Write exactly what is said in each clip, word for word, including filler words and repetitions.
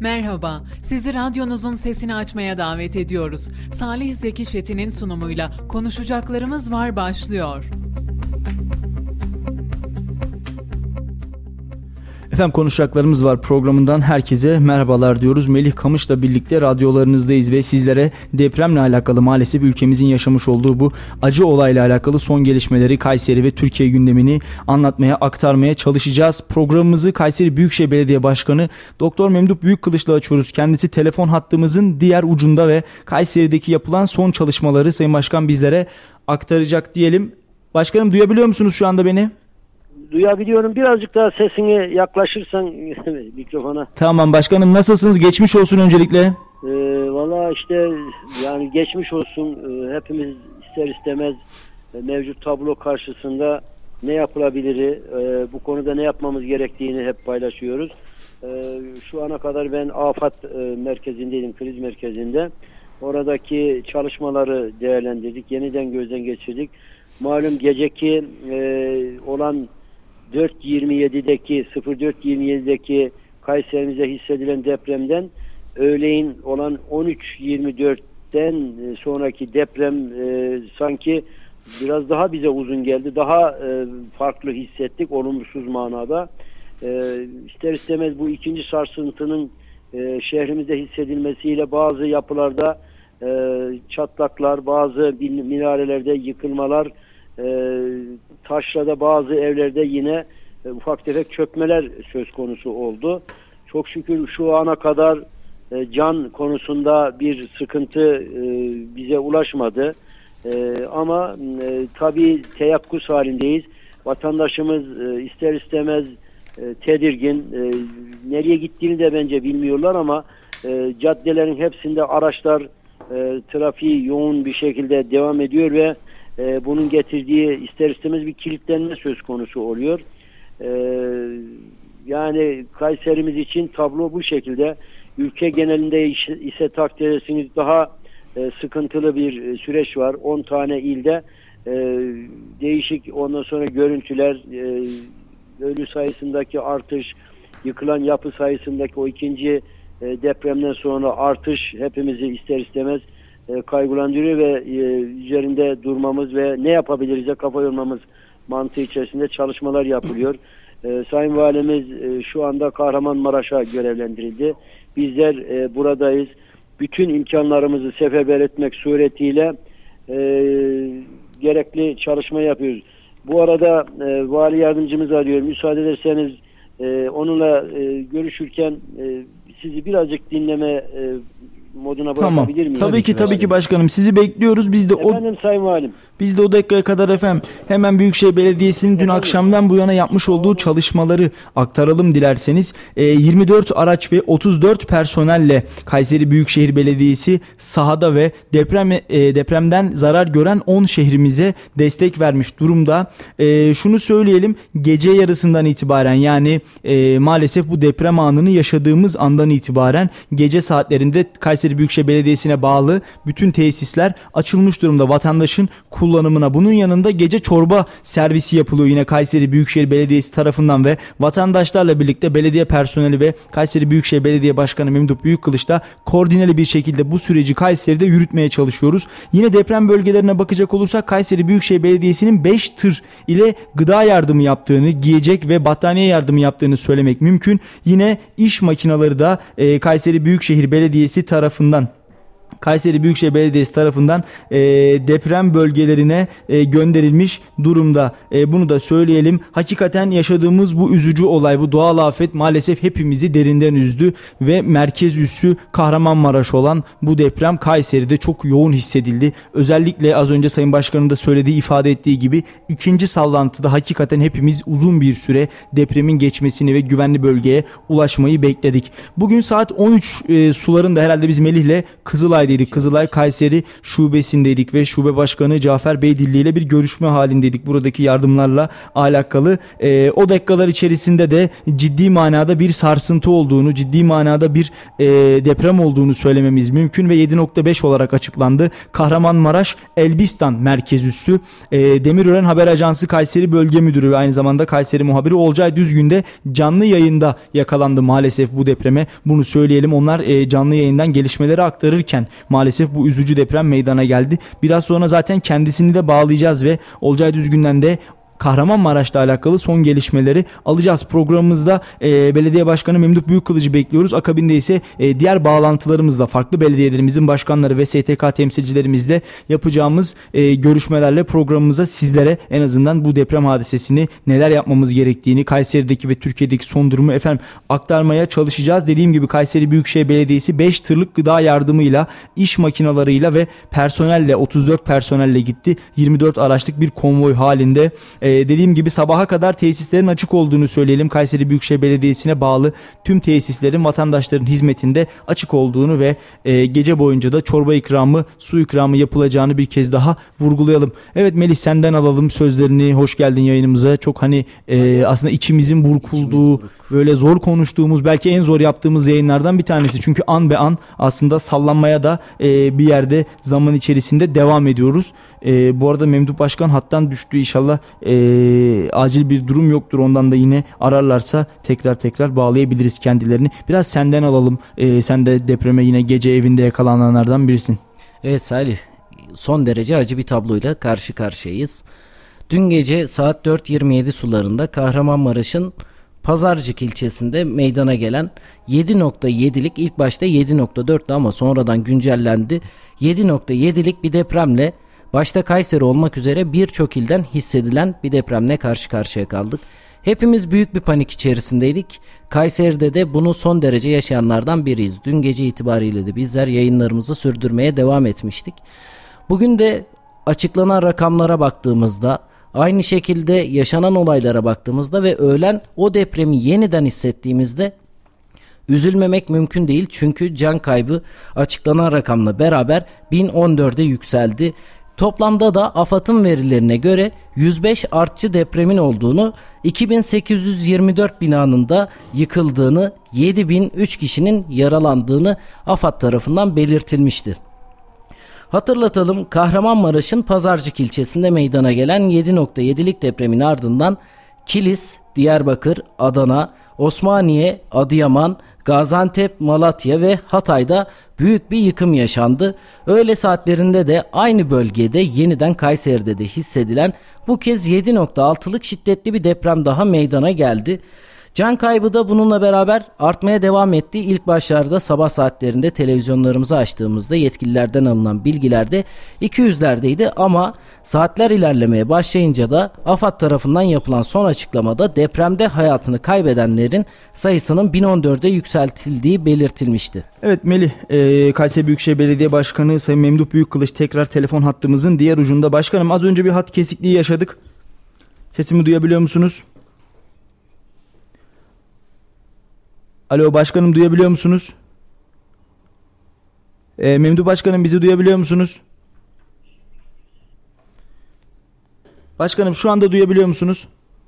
Merhaba, sizi radyonuzun sesini açmaya davet ediyoruz. Salih Zeki Çetin'in sunumuyla Konuşacaklarımız Var başlıyor. Efendim Konuşacaklarımız Var programından herkese merhabalar diyoruz. Melih Kamış'la birlikte radyolarınızdayız ve sizlere depremle alakalı maalesef ülkemizin yaşamış olduğu bu acı olayla alakalı son gelişmeleri, Kayseri ve Türkiye gündemini anlatmaya, aktarmaya çalışacağız. Programımızı Kayseri Büyükşehir Belediye Başkanı Doktor Memduh Büyükkılıç'la açıyoruz. Kendisi telefon hattımızın diğer ucunda ve Kayseri'deki yapılan son çalışmaları Sayın Başkan bizlere aktaracak diyelim. Başkanım, duyabiliyor musunuz şu anda beni? Duyabiliyorum. Birazcık daha sesini yaklaşırsan mikrofona. Tamam başkanım, nasılsınız? Geçmiş olsun öncelikle. Ee, Valla işte yani geçmiş olsun. Ee, hepimiz ister istemez e, mevcut tablo karşısında ne yapılabilir, e, bu konuda ne yapmamız gerektiğini hep paylaşıyoruz. E, şu ana kadar ben afet e, merkezindeydim, kriz merkezinde. Oradaki çalışmaları değerlendirdik, yeniden gözden geçirdik. Malum geceki e, olan dört yirmi yedideki sıfır dört yirmi yedideki Kayserimize hissedilen depremden öğleyin olan on üç yirmi dörtten sonraki deprem e, sanki biraz daha bize uzun geldi. Daha e, farklı hissettik olumsuz manada. E, ister istemez bu ikinci sarsıntının e, şehrimizde hissedilmesiyle bazı yapılarda e, çatlaklar, bazı minarelerde yıkılmalar, e, taşrada bazı evlerde yine e, ufak tefek çökmeler söz konusu oldu. Çok şükür şu ana kadar e, can konusunda bir sıkıntı e, bize ulaşmadı. E, ama e, tabii teyakkuz halindeyiz. Vatandaşımız e, ister istemez e, tedirgin. E, nereye gittiğini de bence bilmiyorlar ama e, caddelerin hepsinde araçlar, e, trafiği yoğun bir şekilde devam ediyor ve e, bunun getirdiği ister istemez bir kilitlenme söz konusu oluyor. E, yani Kayserimiz için tablo bu şekilde. Ülke genelinde ise, ise takdir edersiniz daha e, sıkıntılı bir e, süreç var. on tane ilde e, değişik ondan sonra görüntüler, e, ölü sayısındaki artış, yıkılan yapı sayısındaki o ikinci e, depremden sonra artış hepimizi ister istemez e, kaygılandırıyor ve e, üzerinde durmamız ve ne yapabiliriz'e kafa yormamız mantığı içerisinde çalışmalar yapılıyor. E, Sayın Valimiz e, şu anda Kahramanmaraş'a görevlendirildi. Bizler e, buradayız. Bütün imkanlarımızı seferber etmek suretiyle e, gerekli çalışma yapıyoruz. Bu arada e, vali yardımcımız arıyor. Müsaade ederseniz e, onunla e, görüşürken e, sizi birazcık dinleme e, moduna tamam. bırakabilir miyim? Tabii ki tabii ki başkanım. Sizi bekliyoruz. Biz de efendim, o Sayın Valim. Biz de o dakikaya kadar efendim hemen Büyükşehir Belediyesi'nin dün efendim akşamdan bu yana yapmış olduğu çalışmaları aktaralım dilerseniz. E, yirmi dört araç ve otuz dört personelle Kayseri Büyükşehir Belediyesi sahada ve deprem e, depremden zarar gören on şehrimize destek vermiş durumda. E, şunu söyleyelim, gece yarısından itibaren yani e, maalesef bu deprem anını yaşadığımız andan itibaren gece saatlerinde Kayseri Büyükşehir Belediyesi'ne bağlı bütün tesisler açılmış durumda vatandaşın kullanımına. Bunun yanında gece çorba servisi yapılıyor yine Kayseri Büyükşehir Belediyesi tarafından ve vatandaşlarla birlikte belediye personeli ve Kayseri Büyükşehir Belediye Başkanı Memduh Büyükkılıç'ta koordineli bir şekilde bu süreci Kayseri'de yürütmeye çalışıyoruz. Yine deprem bölgelerine bakacak olursak Kayseri Büyükşehir Belediyesi'nin beş tır ile gıda yardımı yaptığını, giyecek ve battaniye yardımı yaptığını söylemek mümkün. Yine iş makineleri da e, Kayseri Büyükşehir Belediyesi tarafından Kayseri Büyükşehir Belediyesi tarafından e, deprem bölgelerine e, gönderilmiş durumda. E, bunu da söyleyelim. Hakikaten yaşadığımız bu üzücü olay, bu doğal afet maalesef hepimizi derinden üzdü ve merkez üssü Kahramanmaraş olan bu deprem Kayseri'de çok yoğun hissedildi. Özellikle az önce Sayın Başkan'ın da söylediği, ifade ettiği gibi ikinci sallantıda hakikaten hepimiz uzun bir süre depremin geçmesini ve güvenli bölgeye ulaşmayı bekledik. Bugün saat on üç e, sularında herhalde biz Melih'le Kızıl Kızılay'daydık. Kızılay Kayseri şubesindeydik ve şube başkanı Cafer Beydilli ile bir görüşme halindeydik buradaki yardımlarla alakalı. E, o dakikalar içerisinde de ciddi manada bir sarsıntı olduğunu, ciddi manada bir e, deprem olduğunu söylememiz mümkün ve yedi nokta beş olarak açıklandı. Kahramanmaraş Elbistan merkez üssü. E, Demirören Haber Ajansı Kayseri Bölge Müdürü ve aynı zamanda Kayseri muhabiri Olcay Düzgün de canlı yayında yakalandı maalesef bu depreme. Bunu söyleyelim. Onlar e, canlı yayından gelişmeleri aktarırken maalesef bu üzücü deprem meydana geldi. Biraz sonra zaten kendisini de bağlayacağız ve Olcay Düzgün'den de Kahramanmaraş'la alakalı son gelişmeleri alacağız. Programımızda e, Belediye Başkanı Memduh Büyükkılıç'ı bekliyoruz. Akabinde ise e, diğer bağlantılarımızla farklı belediyelerimizin başkanları ve S T K temsilcilerimizle yapacağımız e, görüşmelerle programımıza sizlere en azından bu deprem hadisesini, neler yapmamız gerektiğini, Kayseri'deki ve Türkiye'deki son durumu efendim aktarmaya çalışacağız. Dediğim gibi Kayseri Büyükşehir Belediyesi beş tırlık gıda yardımıyla, iş makinalarıyla ve personelle, otuz dört personelle gitti. yirmi dört araçlık bir konvoy halinde. Ee, dediğim gibi sabaha kadar tesislerin açık olduğunu söyleyelim. Kayseri Büyükşehir Belediyesi'ne bağlı tüm tesislerin vatandaşların hizmetinde açık olduğunu ve e, gece boyunca da çorba ikramı, su ikramı yapılacağını bir kez daha vurgulayalım. Evet Melih, senden alalım sözlerini. Hoş geldin yayınımıza. Çok hani e, aslında içimizin burkulduğu, böyle zor konuştuğumuz, belki en zor yaptığımız yayınlardan bir tanesi. Çünkü an be an aslında sallanmaya da e, bir yerde zaman içerisinde devam ediyoruz. E, bu arada Memduh Başkan hattan düştü. İnşallah e, acil bir durum yoktur. Ondan da yine ararlarsa tekrar tekrar bağlayabiliriz kendilerini. Biraz senden alalım. E, sen de depreme yine gece evinde yakalananlardan birisin. Evet Salih, son derece acı bir tabloyla karşı karşıyayız. Dün gece saat dört yirmi yedi sularında Kahramanmaraş'ın Pazarcık ilçesinde meydana gelen yedi nokta yedilik, ilk başta yedi nokta dörttü ama sonradan güncellendi, yedi nokta yedilik bir depremle başta Kayseri olmak üzere birçok ilden hissedilen bir depremle karşı karşıya kaldık. Hepimiz büyük bir panik içerisindeydik. Kayseri'de de bunu son derece yaşayanlardan biriyiz. Dün gece itibariyle de bizler yayınlarımızı sürdürmeye devam etmiştik. Bugün de açıklanan rakamlara baktığımızda, aynı şekilde yaşanan olaylara baktığımızda ve öğlen o depremi yeniden hissettiğimizde üzülmemek mümkün değil. Çünkü can kaybı açıklanan rakamla beraber bin on dörde yükseldi. Toplamda da AFAD'ın verilerine göre yüz beş artçı depremin olduğunu, iki bin sekiz yüz yirmi dört binanın da yıkıldığını, yedi bin üç kişinin yaralandığını AFAD tarafından belirtilmişti. Hatırlatalım, Kahramanmaraş'ın Pazarcık ilçesinde meydana gelen yedi nokta yedilik depremin ardından Kilis, Diyarbakır, Adana, Osmaniye, Adıyaman, Gaziantep, Malatya ve Hatay'da büyük bir yıkım yaşandı. Öğle saatlerinde de aynı bölgede yeniden Kayseri'de de hissedilen bu kez yedi nokta altılık şiddetli bir deprem daha meydana geldi. Can kaybı da bununla beraber artmaya devam etti. İlk başlarda sabah saatlerinde televizyonlarımızı açtığımızda yetkililerden alınan bilgilerde iki yüzlerdeydi ama saatler ilerlemeye başlayınca da AFAD tarafından yapılan son açıklamada depremde hayatını kaybedenlerin sayısının bin on dörde yükseltildiği belirtilmişti. Evet Melih, e, Kayseri Büyükşehir Belediye Başkanı Sayın Memduh Büyükkılıç tekrar telefon hattımızın diğer ucunda. Başkanım, az önce bir hat kesikliği yaşadık. Sesimi duyabiliyor musunuz? Alo başkanım, duyabiliyor musunuz? E, Memduh Başkanım, bizi duyabiliyor musunuz? Başkanım, şu anda duyabiliyor musunuz?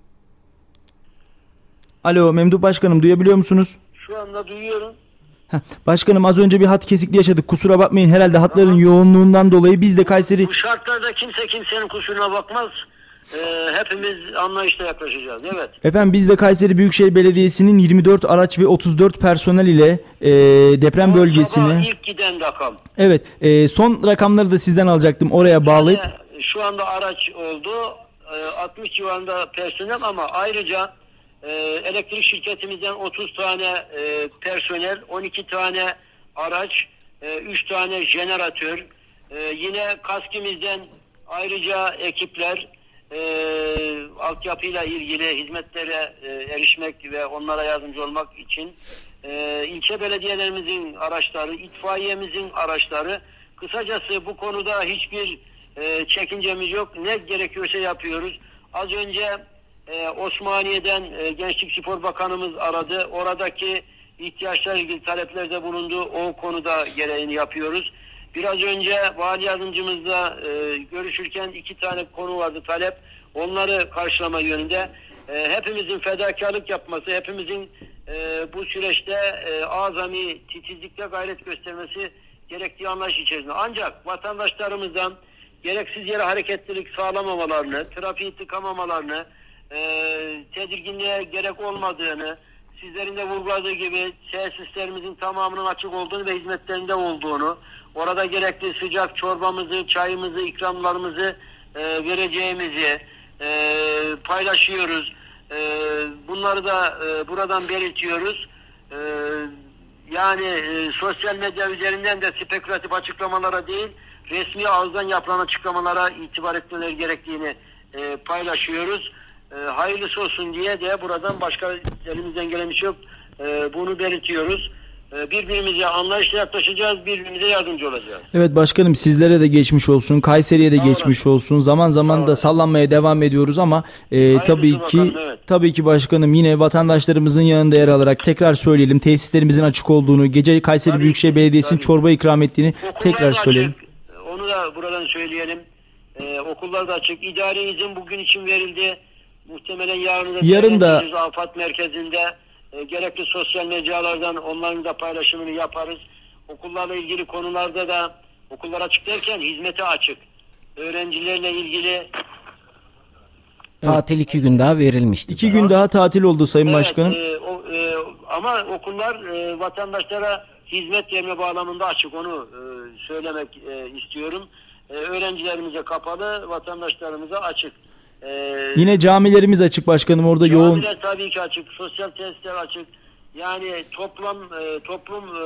Alo Memduh Başkanım, duyabiliyor musunuz? Şu anda duyuyorum. Heh, başkanım, az önce bir hat kesikliği yaşadık. Kusura bakmayın, herhalde hatların tamam. yoğunluğundan dolayı biz de Kayseri... Bu şartlarda kimse kimsenin kusuruna bakmaz. Ee, hepimiz anlayışla yaklaşacağız. Evet. Efendim, biz de Kayseri Büyükşehir Belediyesi'nin yirmi dört araç ve otuz dört personel ile e, deprem o bölgesine... ilk giden rakam. Evet. E, son rakamları da sizden alacaktım. Oraya bağlayıp... Yani şu anda araç oldu. E, altmış civarında personel ama ayrıca e, elektrik şirketimizden otuz tane e, personel, on iki tane araç, e, üç tane jeneratör, e, yine KASKİ'mizden ayrıca ekipler, E, altyapıyla ilgili hizmetlere e, erişmek ve onlara yardımcı olmak için e, ilçe belediyelerimizin araçları, itfaiyemizin araçları, kısacası bu konuda hiçbir e, çekincemiz yok. Ne gerekiyorsa yapıyoruz. Az önce e, Osmaniye'den e, Gençlik Spor Bakanımız aradı. Oradaki ihtiyaçlarla ilgili taleplerde bulundu. O konuda gereğini yapıyoruz. Biraz önce vali yardımcımızla e, görüşürken iki tane konu vardı, talep. Onları karşılama yönünde. E, hepimizin fedakarlık yapması, hepimizin e, bu süreçte e, azami titizlikle gayret göstermesi gerektiği anlayış içerisinde. Ancak vatandaşlarımızdan gereksiz yere hareketlilik sağlamamalarını, trafiği tıkamamalarını, e, tedirginliğe gerek olmadığını, sizlerin de vurguladığı gibi tesislerimizin tamamının açık olduğunu ve hizmetlerinde olduğunu, orada gerekli sıcak çorbamızı, çayımızı, ikramlarımızı e, vereceğimizi e, paylaşıyoruz. E, bunları da e, buradan belirtiyoruz. E, yani e, sosyal medya üzerinden de spekülatif açıklamalara değil, resmi ağızdan yapılan açıklamalara itibar etmeleri gerektiğini e, paylaşıyoruz. E, hayırlısı olsun diye de buradan başka elimizden gelen bir şey yok. E, bunu belirtiyoruz. E, birbirimize anlayışla yaklaşacağız, birbirimize yardımcı olacağız. Evet başkanım, sizlere de geçmiş olsun, Kayseri'ye de Sağ geçmiş olun. olsun. Zaman zaman Sağ da olun. sallanmaya devam ediyoruz ama e, tabii ki bakalım, evet. tabii ki başkanım, yine vatandaşlarımızın yanında yer alarak tekrar söyleyelim. Tesislerimizin açık olduğunu, gece Kayseri Tabii Büyükşehir ki, Belediyesi'nin tabii. çorba ikram ettiğini Okullar tekrar da söyleyelim. açık. Onu da buradan söyleyelim. Ee, okullar da açık. İdari izin bugün için verildi. Muhtemelen yarın da Yarın da Afat Merkezi'nde e, gerekli sosyal mecralardan onların da paylaşımını yaparız. Okullarla ilgili konularda da okullar açık derken hizmete açık. Öğrencilerle ilgili Tatil iki gün daha verilmişti. iki gün daha tatil oldu Sayın evet, Başkanım. e, o, e, ama okullar e, vatandaşlara hizmet verme bağlamında açık. Onu e, söylemek e, istiyorum. E, öğrencilerimize kapalı, vatandaşlarımıza açık. E, Yine camilerimiz açık başkanım, orada yoğun. Camiler tabii ki açık, sosyal tesisler açık. Yani toplum e, toplum e,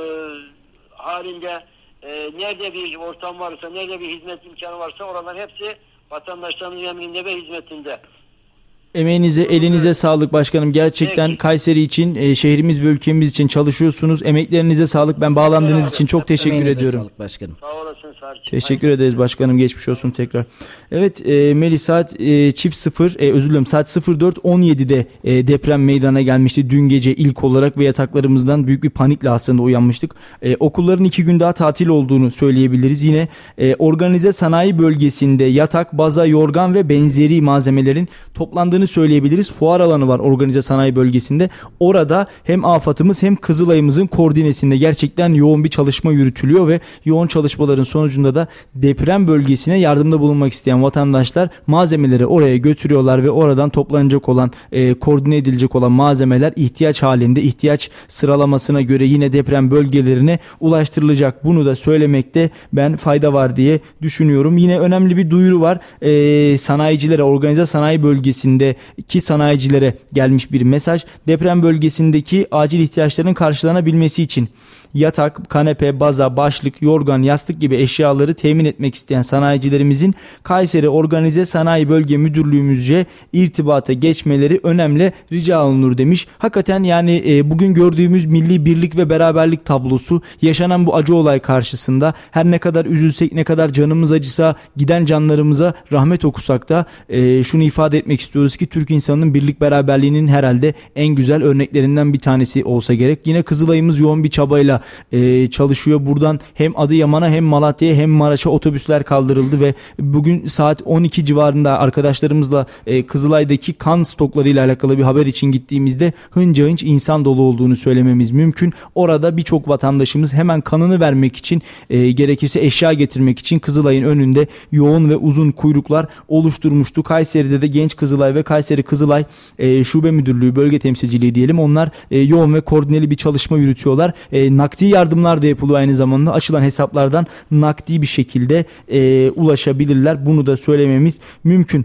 halinde e, nerede bir ortam varsa, nerede bir hizmet imkanı varsa oraların hepsi vatandaşların emrinde ve hizmetinde. Emeğinize, elinize sağlık başkanım. Gerçekten Peki. Kayseri için, e, şehrimiz ve ülkemiz için çalışıyorsunuz. Emeklerinize sağlık. Ben bağlandığınız için çok teşekkür Emeğinize ediyorum. sağlık başkanım. Sağ olasın Sarıcı. Teşekkür ederiz başkanım. Geçmiş olsun tekrar. Evet e, Melih, saat e, çift sıfır e, özür dilerim saat sıfır dört on yedide e, deprem meydana gelmişti. Dün gece ilk olarak ve yataklarımızdan büyük bir panikle aslında uyanmıştık. E, okulların iki gün daha tatil olduğunu söyleyebiliriz. Yine e, organize sanayi bölgesinde yatak, baza, yorgan ve benzeri malzemelerin toplandığını söyleyebiliriz. Fuar alanı var organize sanayi bölgesinde. Orada hem AFAD'ımız hem Kızılay'ımızın koordinesinde gerçekten yoğun bir çalışma yürütülüyor ve yoğun çalışmaların sonucunda da deprem bölgesine yardımda bulunmak isteyen vatandaşlar malzemeleri oraya götürüyorlar ve oradan toplanacak olan, e, koordine edilecek olan malzemeler ihtiyaç halinde, ihtiyaç sıralamasına göre yine deprem bölgelerine ulaştırılacak. Bunu da söylemekte ben fayda var diye düşünüyorum. Yine önemli bir duyuru var. E, sanayicilere, organize sanayi bölgesindeki sanayicilere gelmiş bir mesaj. Deprem bölgesindeki acil ihtiyaçların karşılanabilmesi için yatak, kanepe, baza, başlık, yorgan, yastık gibi eşyaları temin etmek isteyen sanayicilerimizin Kayseri Organize Sanayi Bölge Müdürlüğümüzce irtibata geçmeleri önemli rica olunur demiş. Hakikaten yani e, bugün gördüğümüz milli birlik ve beraberlik tablosu yaşanan bu acı olay karşısında her ne kadar üzülsek, ne kadar canımız acısa, giden canlarımıza rahmet okusak da e, şunu ifade etmek istiyoruz ki Türk insanının birlik beraberliğinin herhalde en güzel örneklerinden bir tanesi olsa gerek. Yine Kızılay'ımız yoğun bir çabayla e, çalışıyor. Buradan hem Adıyaman'a hem Malatya'ya hem Maraş'a otobüsler kaldırıldı ve bugün saat on iki civarında arkadaşlarımızla e, Kızılay'daki kan stoklarıyla alakalı bir haber için gittiğimizde hınca hınç insan dolu olduğunu söylememiz mümkün. Orada birçok vatandaşımız hemen kanını vermek için, e, gerekirse eşya getirmek için Kızılay'ın önünde yoğun ve uzun kuyruklar oluşturmuştu. Kayseri'de de Genç Kızılay ve Kayseri Kızılay e, Şube Müdürlüğü, bölge temsilciliği diyelim, onlar e, yoğun ve koordineli bir çalışma yürütüyorlar. E, nakdi yardımlar da yapılıyor aynı zamanda. Açılan hesaplardan nakdi bir şekilde e, ulaşabilirler. Bunu da söylememiz mümkün.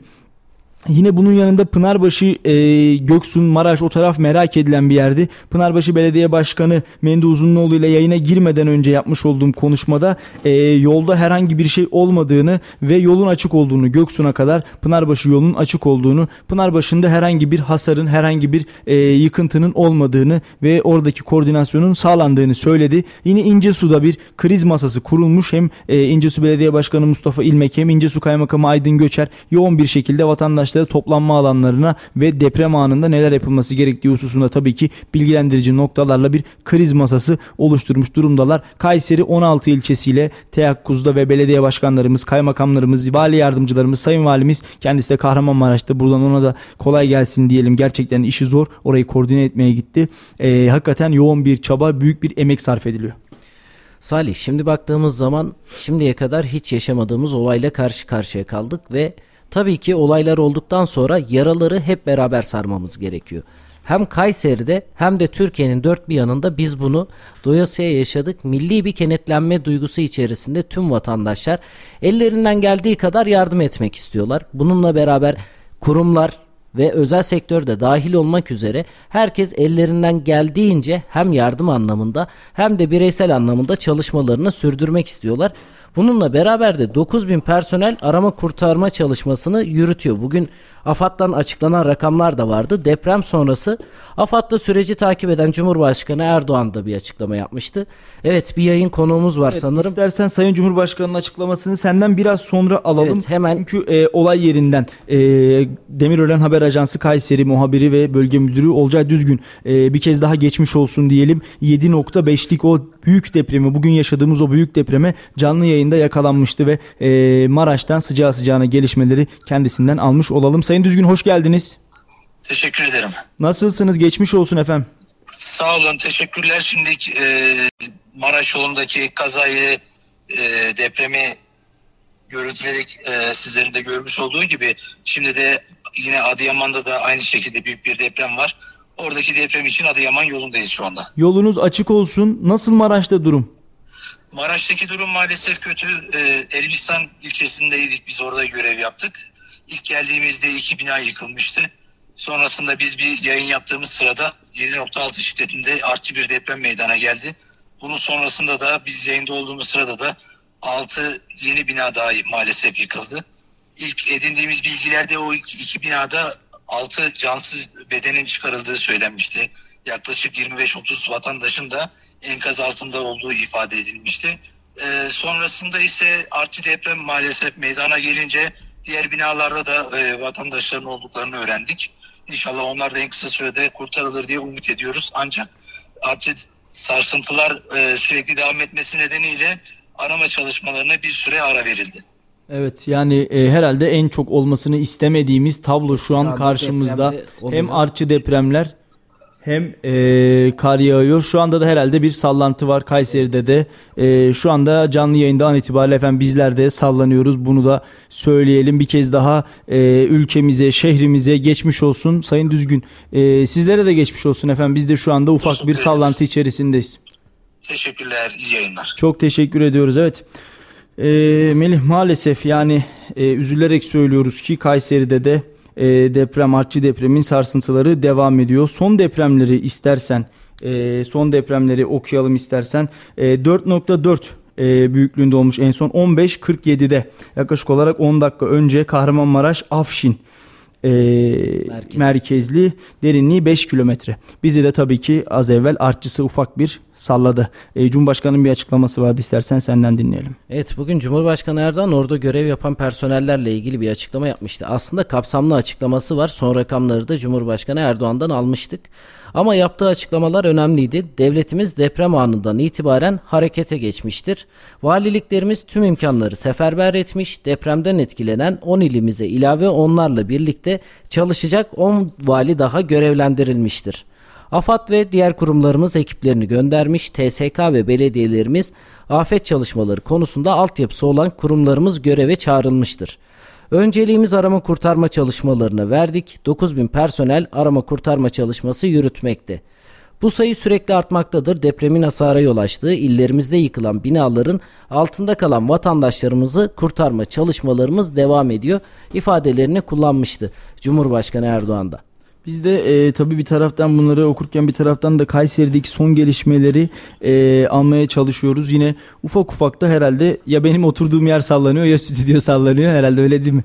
Yine bunun yanında Pınarbaşı, e, Göksun, Maraş o taraf merak edilen bir yerdi. Pınarbaşı Belediye Başkanı Mende Uzunluoğlu ile yayına girmeden önce yapmış olduğum konuşmada e, yolda herhangi bir şey olmadığını ve yolun açık olduğunu, Göksun'a kadar Pınarbaşı yolunun açık olduğunu, Pınarbaşı'nda herhangi bir hasarın, herhangi bir e, yıkıntının olmadığını ve oradaki koordinasyonun sağlandığını söyledi. Yine İncesu'da bir kriz masası kurulmuş. Hem e, İncesu Belediye Başkanı Mustafa İlmek hem İncesu Kaymakamı Aydın Göçer yoğun bir şekilde vatandaşlar Dolayısıyla toplanma alanlarına ve deprem anında neler yapılması gerektiği hususunda tabii ki bilgilendirici noktalarla bir kriz masası oluşturmuş durumdalar. Kayseri on altı ilçesiyle teyakkuzda ve belediye başkanlarımız, kaymakamlarımız, vali yardımcılarımız, sayın valimiz kendisi de Kahramanmaraş'ta. Buradan ona da kolay gelsin diyelim. Gerçekten işi zor. Orayı koordine etmeye gitti. Ee, hakikaten yoğun bir çaba, büyük bir emek sarf ediliyor. Salih, şimdi baktığımız zaman şimdiye kadar hiç yaşamadığımız olayla karşı karşıya kaldık ve tabii ki olaylar olduktan sonra yaraları hep beraber sarmamız gerekiyor. Hem Kayseri'de hem de Türkiye'nin dört bir yanında biz bunu doyasıya yaşadık. Milli bir kenetlenme duygusu içerisinde tüm vatandaşlar ellerinden geldiği kadar yardım etmek istiyorlar. Bununla beraber kurumlar ve özel sektör de dahil olmak üzere herkes ellerinden geldiğince hem yardım anlamında hem de bireysel anlamında çalışmalarını sürdürmek istiyorlar. Bununla beraber de dokuz bin personel arama kurtarma çalışmasını yürütüyor. Bugün AFAD'dan açıklanan rakamlar da vardı. Deprem sonrası AFAD'da süreci takip eden Cumhurbaşkanı Erdoğan da bir açıklama yapmıştı. Evet, bir yayın konuğumuz var evet, sanırım. İstersen Sayın Cumhurbaşkanı'nın açıklamasını senden biraz sonra alalım. Evet, hemen. Çünkü e, olay yerinden e, Demirören Haber Ajansı Kayseri muhabiri ve bölge müdürü Olcay Düzgün e, bir kez daha geçmiş olsun diyelim. yedi nokta beşlik o büyük depremi, bugün yaşadığımız o büyük depreme canlı yayında yakalanmıştı ve e, Maraş'tan sıcağı sıcağına gelişmeleri kendisinden almış olalım. Sayın Düzgün, hoş geldiniz. Teşekkür ederim. Nasılsınız? Geçmiş olsun efendim. Sağ olun, teşekkürler. Şimdi e, Maraş yolundaki kazayı, e, depremi görüntüledik. E, sizlerin de görmüş olduğu gibi şimdi de yine Adıyaman'da da aynı şekilde büyük bir deprem var. Oradaki deprem için Adıyaman yolundayız şu anda. Yolunuz açık olsun. Nasıl Maraş'ta durum? Maraş'taki durum maalesef kötü. E, Elbistan ilçesindeydik, biz orada görev yaptık. İlk geldiğimizde iki bina yıkılmıştı. Sonrasında biz bir yayın yaptığımız sırada yedi nokta altı şiddetinde artçı bir deprem meydana geldi. Bunun sonrasında da biz yayında olduğumuz sırada da altı yeni bina daha maalesef yıkıldı. İlk edindiğimiz bilgilerde o iki, iki binada altı cansız bedenin çıkarıldığı söylenmişti. Yaklaşık yirmi beş otuz vatandaşın da enkaz altında olduğu ifade edilmişti. Ee, sonrasında ise artçı deprem maalesef meydana gelince diğer binalarda da e, vatandaşların olduklarını öğrendik. İnşallah onlar da en kısa sürede kurtarılır diye umut ediyoruz. Ancak artçı sarsıntılar e, sürekli devam etmesi nedeniyle arama çalışmalarına bir süre ara verildi. Evet, yani e, herhalde en çok olmasını istemediğimiz tablo şu, şu an karşımızda. Hem artçı depremler hem e, kar yağıyor. Şu anda da herhalde bir sallantı var Kayseri'de de. E, şu anda canlı yayında an itibariyle efendim bizler de sallanıyoruz. Bunu da söyleyelim. Bir kez daha e, ülkemize, şehrimize geçmiş olsun. Sayın Düzgün, e, sizlere de geçmiş olsun efendim. Biz de şu anda ufak teşekkür bir ederiz. Sallantı içerisindeyiz. Teşekkürler, iyi yayınlar. Çok teşekkür ediyoruz. Evet. E, Melih, maalesef yani e, üzülerek söylüyoruz ki Kayseri'de de E, deprem, artçı depremin sarsıntıları devam ediyor. Son depremleri istersen, e, son depremleri okuyalım istersen. E, dört nokta dört e, büyüklüğünde olmuş en son on beş kırk yedide. Yaklaşık olarak on dakika önce Kahramanmaraş Afşin e, merkezli. merkezli derinliği beş kilometre. Bizi de tabii ki az evvel artçısı ufak bir salladı. E, Cumhurbaşkanı'nın bir açıklaması vardı, istersen senden dinleyelim. Evet, bugün Cumhurbaşkanı Erdoğan orada görev yapan personellerle ilgili bir açıklama yapmıştı. Aslında kapsamlı açıklaması var. Son rakamları da Cumhurbaşkanı Erdoğan'dan almıştık. Ama yaptığı açıklamalar önemliydi. Devletimiz deprem anından itibaren harekete geçmiştir. Valiliklerimiz tüm imkanları seferber etmiş. Depremden etkilenen on ilimize ilave onlarla birlikte çalışacak on vali daha görevlendirilmiştir. AFAD ve diğer kurumlarımız ekiplerini göndermiş. T S K ve belediyelerimiz afet çalışmaları konusunda altyapısı olan kurumlarımız göreve çağrılmıştır. Önceliğimiz arama kurtarma çalışmalarına verdik. dokuz bin personel arama kurtarma çalışması yürütmekte. Bu sayı sürekli artmaktadır. Depremin hasara yol açtığı illerimizde yıkılan binaların altında kalan vatandaşlarımızı kurtarma çalışmalarımız devam ediyor ifadelerini kullanmıştı Cumhurbaşkanı Erdoğan da. Biz de e, tabii bir taraftan bunları okurken bir taraftan da Kayseri'deki son gelişmeleri e, almaya çalışıyoruz. Yine ufak ufak da herhalde ya benim oturduğum yer sallanıyor ya stüdyo sallanıyor, herhalde öyle değil mi?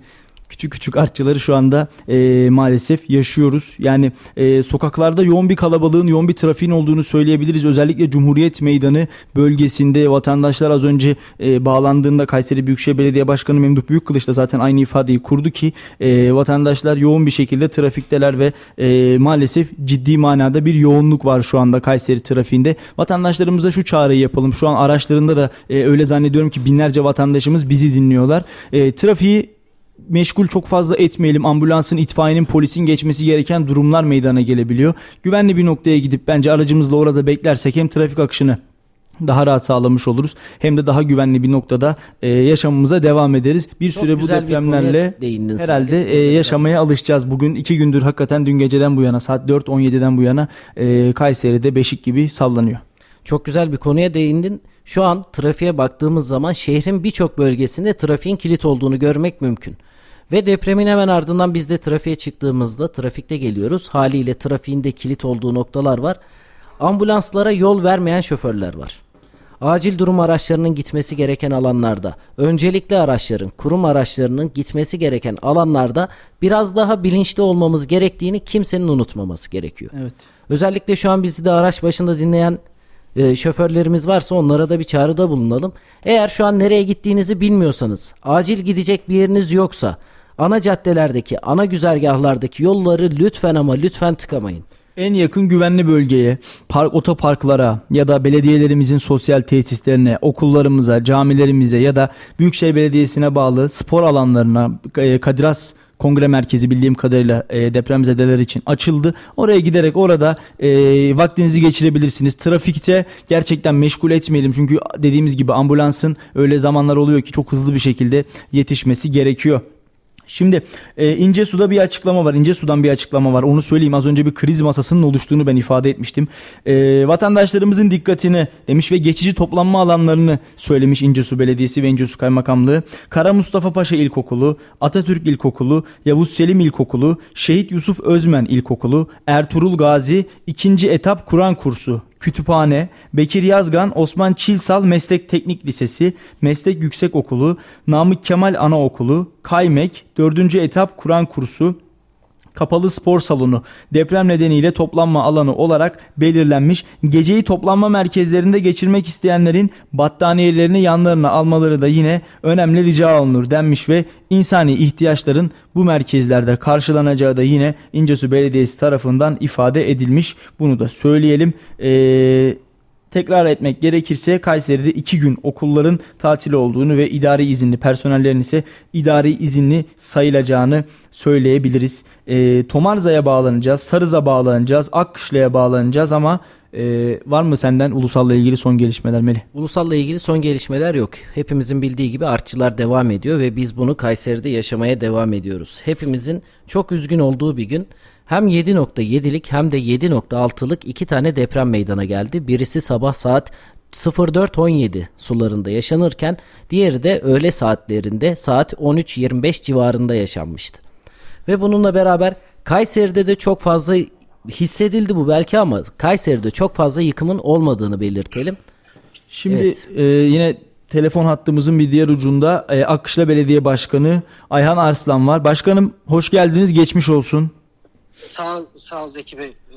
küçük küçük artçıları şu anda e, maalesef yaşıyoruz. Yani e, sokaklarda yoğun bir kalabalığın, yoğun bir trafiğin olduğunu söyleyebiliriz. Özellikle Cumhuriyet Meydanı bölgesinde vatandaşlar az önce e, bağlandığında Kayseri Büyükşehir Belediye Başkanı Memduh Büyükkılıç da zaten aynı ifadeyi kurdu ki e, vatandaşlar yoğun bir şekilde trafikteler ve e, maalesef ciddi manada bir yoğunluk var şu anda Kayseri trafiğinde. Vatandaşlarımıza şu çağrıyı yapalım. Şu an araçlarında da e, öyle zannediyorum ki binlerce vatandaşımız bizi dinliyorlar. E, trafiği meşgul çok fazla etmeyelim. Ambulansın, itfaiyenin, polisin geçmesi gereken durumlar meydana gelebiliyor. Güvenli bir noktaya gidip bence aracımızla orada beklersek hem trafik akışını daha rahat sağlamış oluruz. Hem de daha güvenli bir noktada e, yaşamımıza devam ederiz. Bir Çok süre bu depremlerle herhalde e, yaşamaya alışacağız. Bugün iki gündür hakikaten dün geceden bu yana saat dört on yediden bu yana e, Kayseri'de beşik gibi sallanıyor. Çok güzel bir konuya değindin. Şu an trafiğe baktığımız zaman şehrin birçok bölgesinde trafiğin kilit olduğunu görmek mümkün. Ve depremin hemen ardından biz de trafiğe çıktığımızda trafikte geliyoruz. Haliyle trafiğin de kilit olduğu noktalar var. Ambulanslara yol vermeyen şoförler var. Acil durum araçlarının gitmesi gereken alanlarda, öncelikli araçların, kurum araçlarının gitmesi gereken alanlarda biraz daha bilinçli olmamız gerektiğini kimsenin unutmaması gerekiyor. Evet. Özellikle şu an bizi de araç başında dinleyen e, şoförlerimiz varsa onlara da bir çağrıda bulunalım. Eğer şu an nereye gittiğinizi bilmiyorsanız, acil gidecek bir yeriniz yoksa, ana caddelerdeki, ana güzergahlardaki yolları lütfen ama lütfen tıkamayın. En yakın güvenli bölgeye, park, otoparklara ya da belediyelerimizin sosyal tesislerine, okullarımıza, camilerimize ya da Büyükşehir Belediyesi'ne bağlı spor alanlarına, Kadir Has Kongre Merkezi bildiğim kadarıyla e, depremzedeler için açıldı. Oraya giderek orada e, vaktinizi geçirebilirsiniz. Trafikte gerçekten meşgul etmeyelim. Çünkü dediğimiz gibi ambulansın öyle zamanlar oluyor ki çok hızlı bir şekilde yetişmesi gerekiyor. Şimdi e, İncesu'da bir açıklama var. İncesu'dan bir açıklama var. Onu söyleyeyim. Az önce bir kriz masasının oluştuğunu ben ifade etmiştim. E, vatandaşlarımızın dikkatini demiş ve geçici toplanma alanlarını söylemiş İncesu Belediyesi ve İncesu Kaymakamlığı. Kara Mustafa Paşa İlkokulu, Atatürk İlkokulu, Yavuz Selim İlkokulu, Şehit Yusuf Özmen İlkokulu, Ertuğrul Gazi ikinci etap Kur'an kursu, Kütüphane, Bekir Yazgan, Osman Çilsal Meslek Teknik Lisesi, Meslek Yüksekokulu, Namık Kemal Anaokulu, Kaymek, dördüncü etap Kur'an kursu, kapalı spor salonu deprem nedeniyle toplanma alanı olarak belirlenmiş. Geceyi toplanma merkezlerinde geçirmek isteyenlerin battaniyelerini yanlarına almaları da yine önemli rica olunur denmiş ve insani ihtiyaçların bu merkezlerde karşılanacağı da yine İncesu Belediyesi tarafından ifade edilmiş. Bunu da söyleyelim. Eee Tekrar etmek gerekirse Kayseri'de iki gün okulların tatil olduğunu ve idari izinli personellerin ise idari izinli sayılacağını söyleyebiliriz. E, Tomarza'ya bağlanacağız, Sarız'a bağlanacağız, Akkışla'ya bağlanacağız ama e, var mı senden ulusalla ilgili son gelişmeler Melih? Ulusalla ilgili son gelişmeler yok. Hepimizin bildiği gibi artçılar devam ediyor ve biz bunu Kayseri'de yaşamaya devam ediyoruz. Hepimizin çok üzgün olduğu bir gün. Hem yedi nokta yedilik hem de yedi nokta altılık iki tane deprem meydana geldi. Birisi sabah saat dört on yedi sularında yaşanırken diğeri de öğle saatlerinde saat on üç yirmi beş civarında yaşanmıştı. Ve bununla beraber Kayseri'de de çok fazla hissedildi bu belki ama Kayseri'de çok fazla yıkımın olmadığını belirtelim. Şimdi evet. e, yine telefon hattımızın bir diğer ucunda e, Akkışla Belediye Başkanı Ayhan Arslan var. Başkanım hoş geldiniz, geçmiş olsun. Sağ ol, sağ ol Zeki Bey. Ee,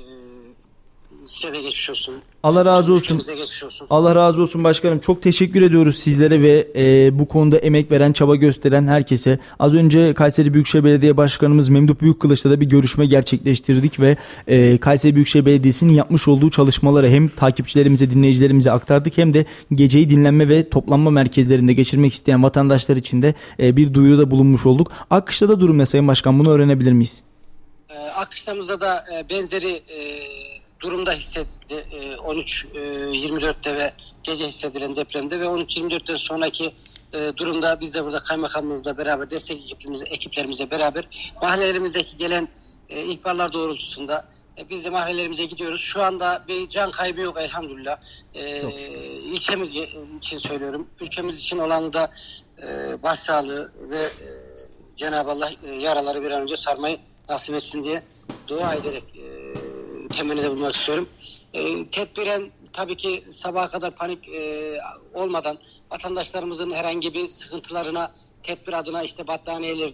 size de geçmiş olsun. Allah razı olsun. olsun. Allah razı olsun başkanım. Çok teşekkür ediyoruz sizlere ve e, bu konuda emek veren, çaba gösteren herkese. Az önce Kayseri Büyükşehir Belediye Başkanımız Memduh Büyükkılıç'la da bir görüşme gerçekleştirdik ve e, Kayseri Büyükşehir Belediyesi'nin yapmış olduğu çalışmaları hem takipçilerimize, dinleyicilerimize aktardık hem de geceyi dinlenme ve toplanma merkezlerinde geçirmek isteyen vatandaşlar için de e, bir duyuruda bulunmuş olduk. Akkışla'da durum ne Sayın Başkan? Bunu öğrenebilir miyiz? Akkışla'mızda da benzeri e, durumda hissetti e, on üç yirmi dörtte ve gece hissedilen depremde ve on üç yirmi dörtten sonraki e, durumda biz de burada kaymakamımızla beraber destek ekiplerimize, ekiplerimize beraber mahallelerimizdeki gelen e, ihbarlar doğrultusunda e, biz de mahallelerimize gidiyoruz. Şu anda bir can kaybı yok elhamdülillah. E, ilçemiz için söylüyorum. Ülkemiz için olanı da e, başsağlığı ve e, Cenab-ı Allah e, yaraları bir an önce sarmayı nasip etsin diye dua ederek e, temennide bulmak istiyorum. E, tedbiren tabii ki sabaha kadar panik e, olmadan vatandaşlarımızın herhangi bir sıkıntılarına tedbir adına işte battaniyelerdir,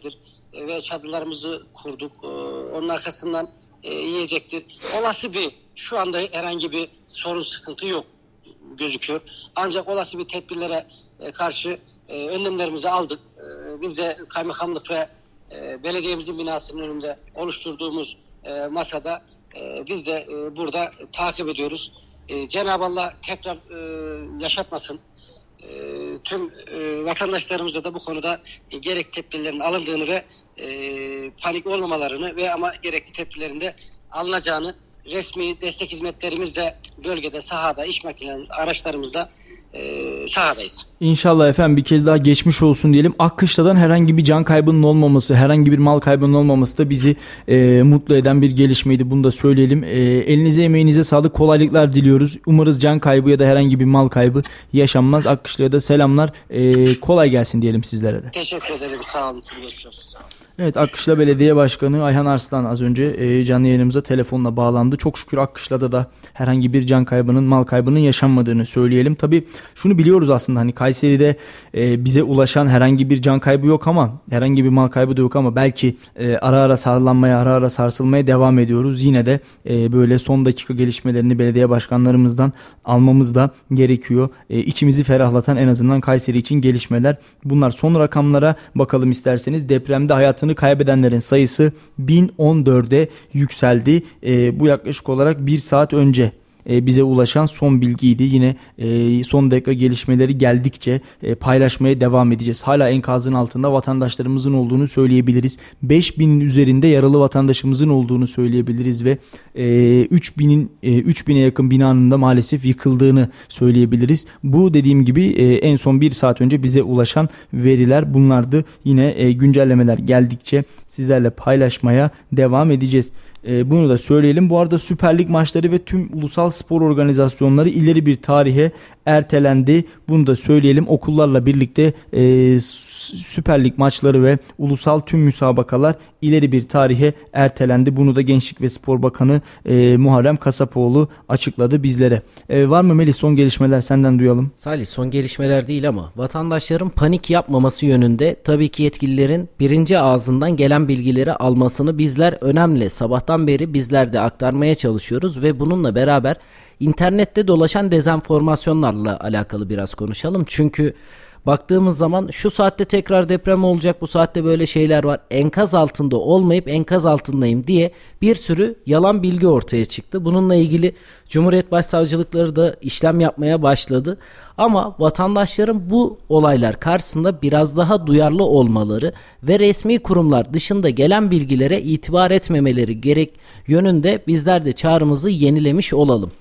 e, ve çadırlarımızı kurduk. E, onun arkasından e, yiyecektir. Olası bir şu anda herhangi bir sorun sıkıntı yok gözüküyor. Ancak olası bir tedbirlere e, karşı e, önlemlerimizi aldık. E, biz de kaymakamlık ve e, belediyemizin binasının önünde oluşturduğumuz e, masada e, biz de e, burada takip ediyoruz. E, Cenab-ı Allah tekrar e, yaşatmasın. E, tüm e, vatandaşlarımıza da bu konuda e, gerek tedbirlerin alındığını ve e, panik olmamalarını ve ama gerekli tedbirlerin de alınacağını, resmi destek hizmetlerimiz de bölgede, sahada, iş makinelerimiz, araçlarımızda e, sahadayız. İnşallah efendim, bir kez daha geçmiş olsun diyelim. Akkışla'dan herhangi bir can kaybının olmaması, herhangi bir mal kaybının olmaması da bizi e, mutlu eden bir gelişmeydi. Bunu da söyleyelim. E, elinize emeğinize sağlık, kolaylıklar diliyoruz. Umarız can kaybı ya da herhangi bir mal kaybı yaşanmaz. Akkışla'ya da selamlar. E, kolay gelsin diyelim sizlere de. Teşekkür ederim. Sağ olun. Görüşürüz. Sağ olun. Evet, Akkışla Belediye Başkanı Ayhan Arslan az önce e, canlı yayınımıza telefonla bağlandı. Çok şükür Akkışla'da da herhangi bir can kaybının, mal kaybının yaşanmadığını söyleyelim. Tabii şunu biliyoruz aslında, hani Kayseri'de e, bize ulaşan herhangi bir can kaybı yok ama herhangi bir mal kaybı da yok ama belki e, ara ara sarlanmaya, ara ara sarsılmaya devam ediyoruz. Yine de e, böyle son dakika gelişmelerini belediye başkanlarımızdan almamız da gerekiyor. E, içimizi ferahlatan en azından Kayseri için gelişmeler bunlar. Son rakamlara bakalım isterseniz. Depremde hayatını kaybedenlerin sayısı bin on dörde yükseldi. E, bu yaklaşık olarak bir saat önce e, bize ulaşan son bilgiydi. Yine e, son dakika gelişmeleri geldikçe e, paylaşmaya devam edeceğiz. Hala enkazın altında vatandaşlarımızın olduğunu söyleyebiliriz. beş binin üzerinde yaralı vatandaşımızın olduğunu söyleyebiliriz ve e, üç binin e, üç bine yakın binanın da maalesef yıkıldığını söyleyebiliriz. Bu dediğim gibi e, en son bir saat önce bize ulaşan veriler bunlardı. Yine e, güncellemeler geldikçe sizlerle paylaşmaya devam edeceğiz. E, bunu da söyleyelim. Bu arada Süper Lig maçları ve tüm ulusal spor organizasyonları ileri bir tarihe ertelendi. Bunu da söyleyelim. Okullarla birlikte e, Süper Lig maçları ve ulusal tüm müsabakalar ileri bir tarihe ertelendi. Bunu da Gençlik ve Spor Bakanı e, Muharrem Kasapoğlu açıkladı bizlere. E, var mı Melih, son gelişmeler senden duyalım. Salih, son gelişmeler değil ama vatandaşların panik yapmaması yönünde tabii ki yetkililerin birinci ağzından gelen bilgileri almasını bizler önemli. Sabahtan beri bizler de aktarmaya çalışıyoruz ve bununla beraber internette dolaşan dezenformasyonlarla alakalı biraz konuşalım. Çünkü baktığımız zaman şu saatte tekrar deprem olacak, bu saatte böyle şeyler var, enkaz altında olmayıp enkaz altındayım diye bir sürü yalan bilgi ortaya çıktı. Bununla ilgili Cumhuriyet Başsavcılıkları da işlem yapmaya başladı. Ama vatandaşların bu olaylar karşısında biraz daha duyarlı olmaları ve resmi kurumlar dışında gelen bilgilere itibar etmemeleri gerek yönünde bizler de çağrımızı yenilemiş olalım.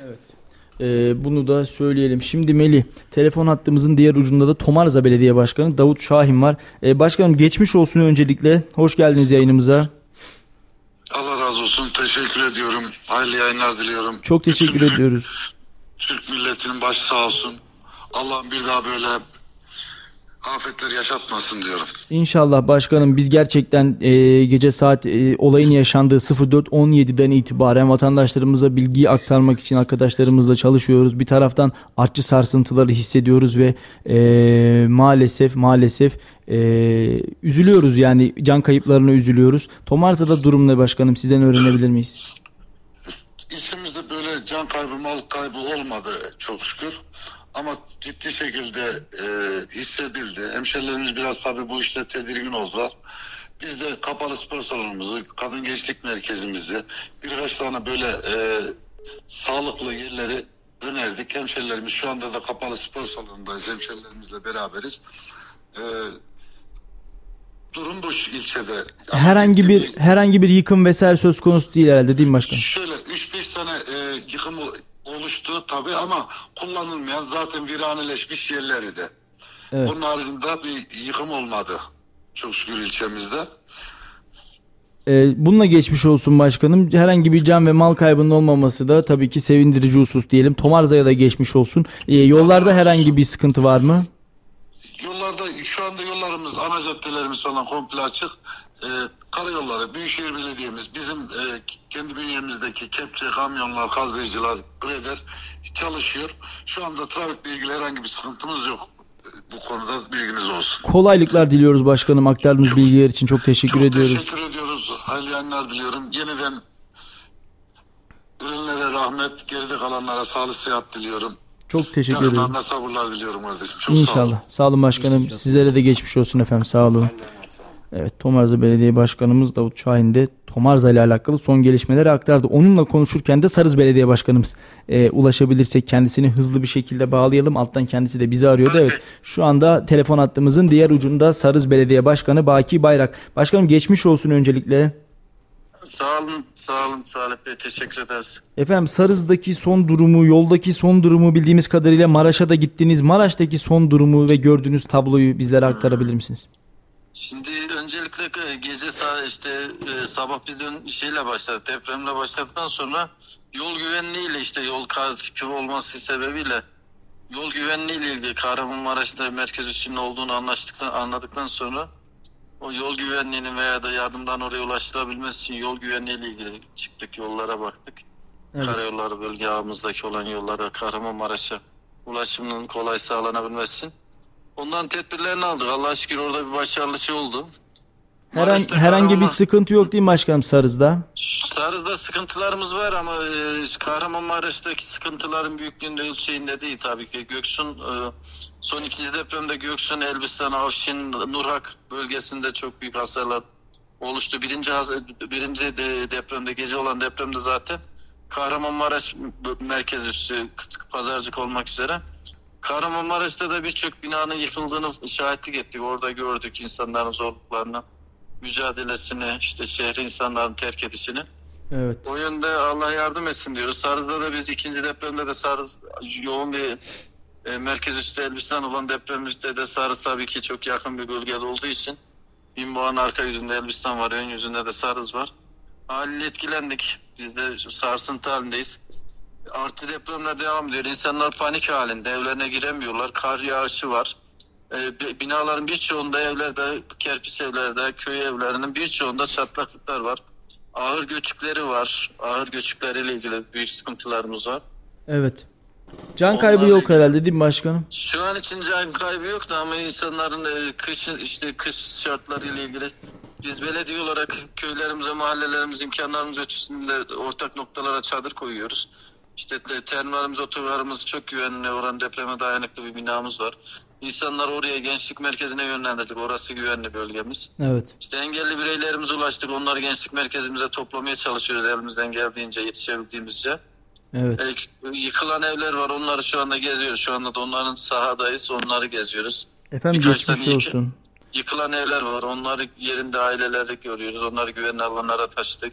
Ee, bunu da söyleyelim. Şimdi Melih, telefon hattımızın diğer ucunda da Tomarza Belediye Başkanı Davut Şahin var. Ee, başkanım geçmiş olsun öncelikle. Hoş geldiniz yayınımıza. Allah razı olsun. Teşekkür ediyorum. Hayırlı yayınlar diliyorum. Çok teşekkür Bütün ediyoruz. Türk milletinin başı sağ olsun. Allah'ım bir daha böyle afetler yaşatmasın diyorum. İnşallah başkanım, biz gerçekten e, gece saat e, olayın yaşandığı dört on yediden itibaren vatandaşlarımıza bilgiyi aktarmak için arkadaşlarımızla çalışıyoruz. Bir taraftan artçı sarsıntıları hissediyoruz ve e, maalesef maalesef e, üzülüyoruz, yani can kayıplarına üzülüyoruz. Tomarza'da durum ne başkanım, sizden öğrenebilir miyiz? İlçemizde böyle can kaybı, mal kaybı olmadı çok şükür. Ama ciddi şekilde e, hissedildi. Hemşerilerimiz biraz tabii bu işte tedirgin oldular. Biz de kapalı spor salonumuzu, kadın gençlik merkezimizi, birkaç tane böyle e, sağlıklı yerleri önerdik. Hemşerilerimiz şu anda da kapalı spor salonundayız. Hemşerilerimizle beraberiz. E, durum bu ilçede. Herhangi bir, bir herhangi bir yıkım vesaire söz konusu değil herhalde, değil mi başkanım? Şöyle üç beş tane e, yıkım oluştu tabii ama kullanılmayan, zaten viraneleşmiş yerleri de. Evet. Bunun haricinde bir yıkım olmadı çok şükür ilçemizde. Ee, bununla geçmiş olsun başkanım. Herhangi bir can ve mal kaybının olmaması da tabii ki sevindirici husus diyelim. Tomarza'ya da geçmiş olsun. Ee, yollarda herhangi bir sıkıntı var mı? Yollarda şu anda yollarımız, ana caddelerimiz falan komple açık. Ee, karayolları, Büyükşehir Belediye'miz, bizim e, kendi bünyemizdeki kepçe, kamyonlar, kazıyıcılar, grader çalışıyor. Şu anda trafikle ilgili herhangi bir sıkıntımız yok. Bu konuda bilginiz olsun. Kolaylıklar diliyoruz başkanım. Aktardığınız bilgiler için çok teşekkür çok ediyoruz. Çok teşekkür ediyoruz. Hayırlı yayınlar diliyorum. Yeniden ölenlere rahmet, geride kalanlara sağlık, sıhhat diliyorum. Çok teşekkür ederim. Yakınlarına sabırlar diliyorum kardeşim. Çok İnşallah. sağ olun. Sağ olun başkanım. Sizlere de geçmiş olsun efendim. Sağ olun. Evet, Tomarza Belediye Başkanımız Davut Şahin de Tomarza ile alakalı son gelişmeleri aktardı. Onunla konuşurken de Sarız Belediye Başkanımız e, ulaşabilirsek kendisini hızlı bir şekilde bağlayalım. Alttan kendisi de bizi arıyordu. Evet, şu anda telefon hattımızın diğer ucunda Sarız Belediye Başkanı Baki Bayrak. Başkanım geçmiş olsun öncelikle. Sağ olun, sağ olun Salih Bey, teşekkür ederiz. Efendim Sarız'daki son durumu, yoldaki son durumu bildiğimiz kadarıyla Maraş'a da gittiniz. Maraş'taki son durumu ve gördüğünüz tabloyu bizlere aktarabilir misiniz? Şimdi öncelikle gece işte sabah biz dün şeyle başladık, depremle başladıktan sonra yol güvenliğiyle işte yol tipi olması sebebiyle yol güvenliğiyle ilgili Kahramanmaraş'ta merkez üssünün olduğunu anlaştıktan anladıktan sonra o yol güvenliğinin veya da yardımdan oraya ulaşılabilmesi için yol güvenliğiyle ilgili çıktık, yollara baktık. Evet. Karayolları bölge ağımızdaki olan yollara, Kahramanmaraş'a ulaşımının kolay sağlanabilmesi için ondan tedbirlerini aldık. Allah'a şükür orada bir başarılı şey oldu. Herhangi, herhangi Kahraman... bir sıkıntı yok değil mi başkanım Sarız'da? Sarız'da sıkıntılarımız var ama e, Kahramanmaraş'taki sıkıntıların büyüklüğünde ölçeğinde değil tabii ki. Göksun e, son ikinci depremde Göksun, Elbistan, Avşin, Nurhak bölgesinde çok büyük hasarlar oluştu. Birinci, birinci depremde, gece olan depremde zaten Kahramanmaraş merkez üssü, Pazarcık olmak üzere. Kahramanmaraş'ta da birçok binanın yıkıldığını şahitlik ettik. Orada gördük insanların zorluklarını, mücadelesini, işte şehri insanların terk edişini. Evet. O yönde Allah yardım etsin diyoruz. Sarız'da da biz ikinci depremde de Sarız yoğun bir e, merkez üstü Elbistan olan depremimizde de Sarız tabii ki çok yakın bir bölgede olduğu için Binboğa'nın arka yüzünde Elbistan var, ön yüzünde de Sarız var. Haliyle etkilendik. Biz de sarsıntı halindeyiz. Artı depremler devam ediyor. İnsanlar panik halinde. Evlerine giremiyorlar. Kar yağışı var. E, binaların birçoğunda, evlerde, kerpiç evlerde, köy evlerinin birçoğunda çatlaklıklar var. Ağır göçükleri var. Ağır göçükleriyle ilgili büyük sıkıntılarımız var. Evet. Can kaybı Onlar yok herhalde değil mi başkanım? Şu an için can kaybı yok da ama insanların e, kış işte kış şartlarıyla ilgili biz belediye olarak köylerimize, mahallelerimiz, imkanlarımız ölçüsünde ortak noktalara çadır koyuyoruz. İşte terminalimiz, otogarımız çok güvenli, oran depreme dayanıklı bir binamız var. İnsanlar oraya gençlik merkezine yönlendirdik. Orası güvenli bölgemiz. Evet. İşte engelli bireylerimize ulaştık. Onları gençlik merkezimize toplamaya çalışıyoruz elimizden geldiğince, yetişebildiğimizce. Evet. E, yıkılan evler var. Onları şu anda geziyoruz. Şu anda da onların sahadayız. Onları geziyoruz. Efendim Birkaç geçmiş yık- olsun. Yıkılan evler var. Onları yerinde aileleri görüyoruz. Onları güvenli alanlara taşıdık.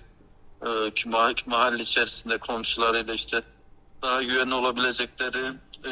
E, mahalle içerisinde komşularıyla işte daha güvenli olabilecekleri e,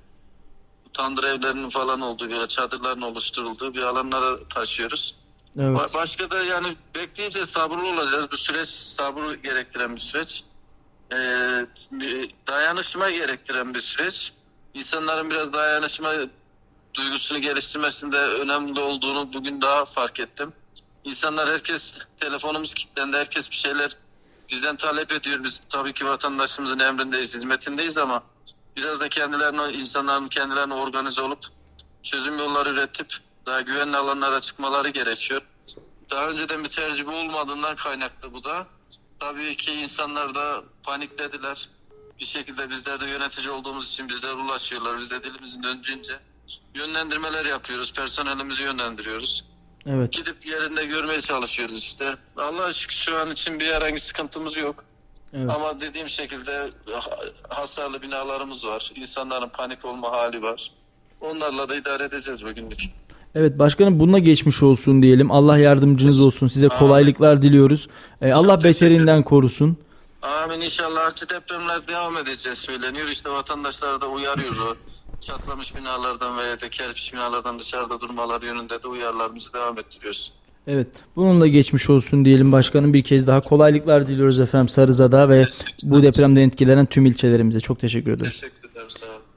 tandır evlerinin falan olduğu, böyle çadırların oluşturulduğu bir alanlara taşıyoruz. Evet. Ba- başka da yani bekleyeceğiz, sabırlı olacağız. Bu süreç sabır gerektiren bir süreç. E, bir dayanışma gerektiren bir süreç. İnsanların biraz dayanışma duygusunu geliştirmesinde önemli olduğunu bugün daha fark ettim. İnsanlar, herkes, telefonumuz kilitlendi, herkes bir şeyler bizden talep ediyor. Biz tabii ki vatandaşımızın emrindeyiz, hizmetindeyiz ama biraz da kendilerine, insanların kendilerine organize olup çözüm yolları üretip daha güvenli alanlara çıkmaları gerekiyor. Daha önceden bir tecrübe olmadığından kaynaklı bu da. Tabii ki insanlar da paniklediler. Bir şekilde bizler de yönetici olduğumuz için bizlere ulaşıyorlar. Biz de dilimizin döndüğünce yönlendirmeler yapıyoruz. Personelimizi yönlendiriyoruz. Evet. Gidip yerinde görmeye çalışıyoruz işte. Allah'a şükür şu an için bir herhangi sıkıntımız yok. Evet. Ama dediğim şekilde hasarlı binalarımız var. İnsanların panik olma hali var. Onlarla da idare edeceğiz bugünlük. Evet başkanım, bununla geçmiş olsun diyelim. Allah yardımcınız olsun. Size kolaylıklar Amin. diliyoruz. Ee, Allah beterinden korusun. Amin inşallah. Artı depremler devam edeceğiz söyleniyor. İşte vatandaşları da uyarıyoruz o çatlamış binalardan veya da kerpiç binalardan dışarıda durmalar yönünde de uyarılarımızı devam ettiriyoruz. Evet, bununla geçmiş olsun diyelim başkanım. Bir kez daha kolaylıklar diliyoruz efendim Sarıza'da ve bu depremden etkilenen tüm ilçelerimize. Çok teşekkür ederiz. Teşekkür ederim, sağ olun.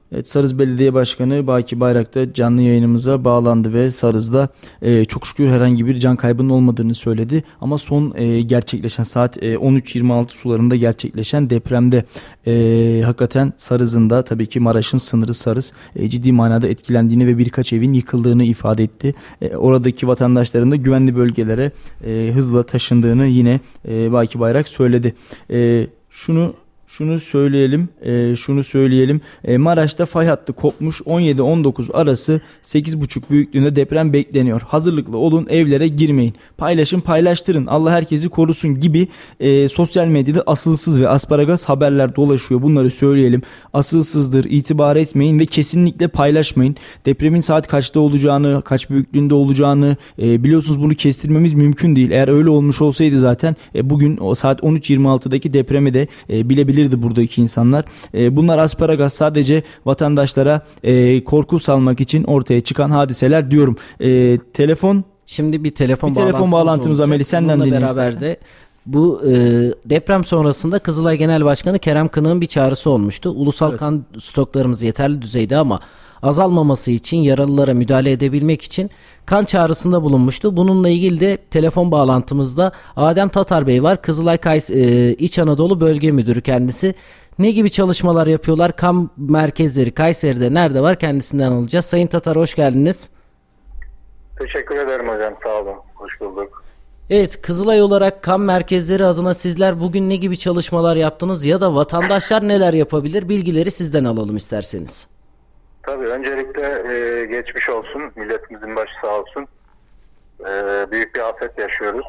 Evet, Sarız Belediye Başkanı Baki Bayrak da canlı yayınımıza bağlandı ve Sarız'da e, çok şükür herhangi bir can kaybının olmadığını söyledi. Ama son e, gerçekleşen saat e, on üç yirmi altı sularında gerçekleşen depremde e, hakikaten Sarız'ın da tabii ki Maraş'ın sınırı Sarız e, ciddi manada etkilendiğini ve birkaç evin yıkıldığını ifade etti. E, oradaki vatandaşların da güvenli bölgelere e, hızla taşındığını yine e, Baki Bayrak söyledi. E, şunu Şunu söyleyelim, e, şunu söyleyelim. E, Maraş'ta fay hattı kopmuş. on yedi on dokuz arası sekiz buçuk büyüklüğünde deprem bekleniyor. Hazırlıklı olun, evlere girmeyin. Paylaşın, paylaştırın. Allah herkesi korusun gibi e, sosyal medyada asılsız ve asparagas haberler dolaşıyor. Bunları söyleyelim. Asılsızdır, itibar etmeyin ve kesinlikle paylaşmayın. Depremin saat kaçta olacağını, kaç büyüklüğünde olacağını e, biliyorsunuz, bunu kestirmemiz mümkün değil. Eğer öyle olmuş olsaydı zaten e, bugün o saat on üç yirmi altıdaki depremi de e, bilebilir buradaki insanlar. E, bunlar asparagas, sadece vatandaşlara e, korku salmak için ortaya çıkan hadiseler diyorum. E, telefon Şimdi bir telefon, bir telefon bağlantımız Ameli, senden dinleyelim. Beraber de bu e, deprem sonrasında Kızılay Genel Başkanı Kerem Kınık'ın bir çağrısı olmuştu. Ulusal evet. kan stoklarımız yeterli düzeyde ama azalmaması için, yaralılara müdahale edebilmek için kan çağrısında bulunmuştu. Bununla ilgili de telefon bağlantımızda Adem Tatar Bey var. Kızılay Kays- e, İç Anadolu Bölge Müdürü kendisi. Ne gibi çalışmalar yapıyorlar? Kan merkezleri Kayseri'de nerede var? Kendisinden alacağız. Sayın Tatar, hoş geldiniz. Teşekkür ederim hocam. Sağ olun. Hoş bulduk. Evet, Kızılay olarak kan merkezleri adına sizler bugün ne gibi çalışmalar yaptınız ya da vatandaşlar neler yapabilir? Bilgileri sizden alalım isterseniz. Tabii öncelikle e, geçmiş olsun. Milletimizin başı sağ olsun. E, büyük bir afet yaşıyoruz.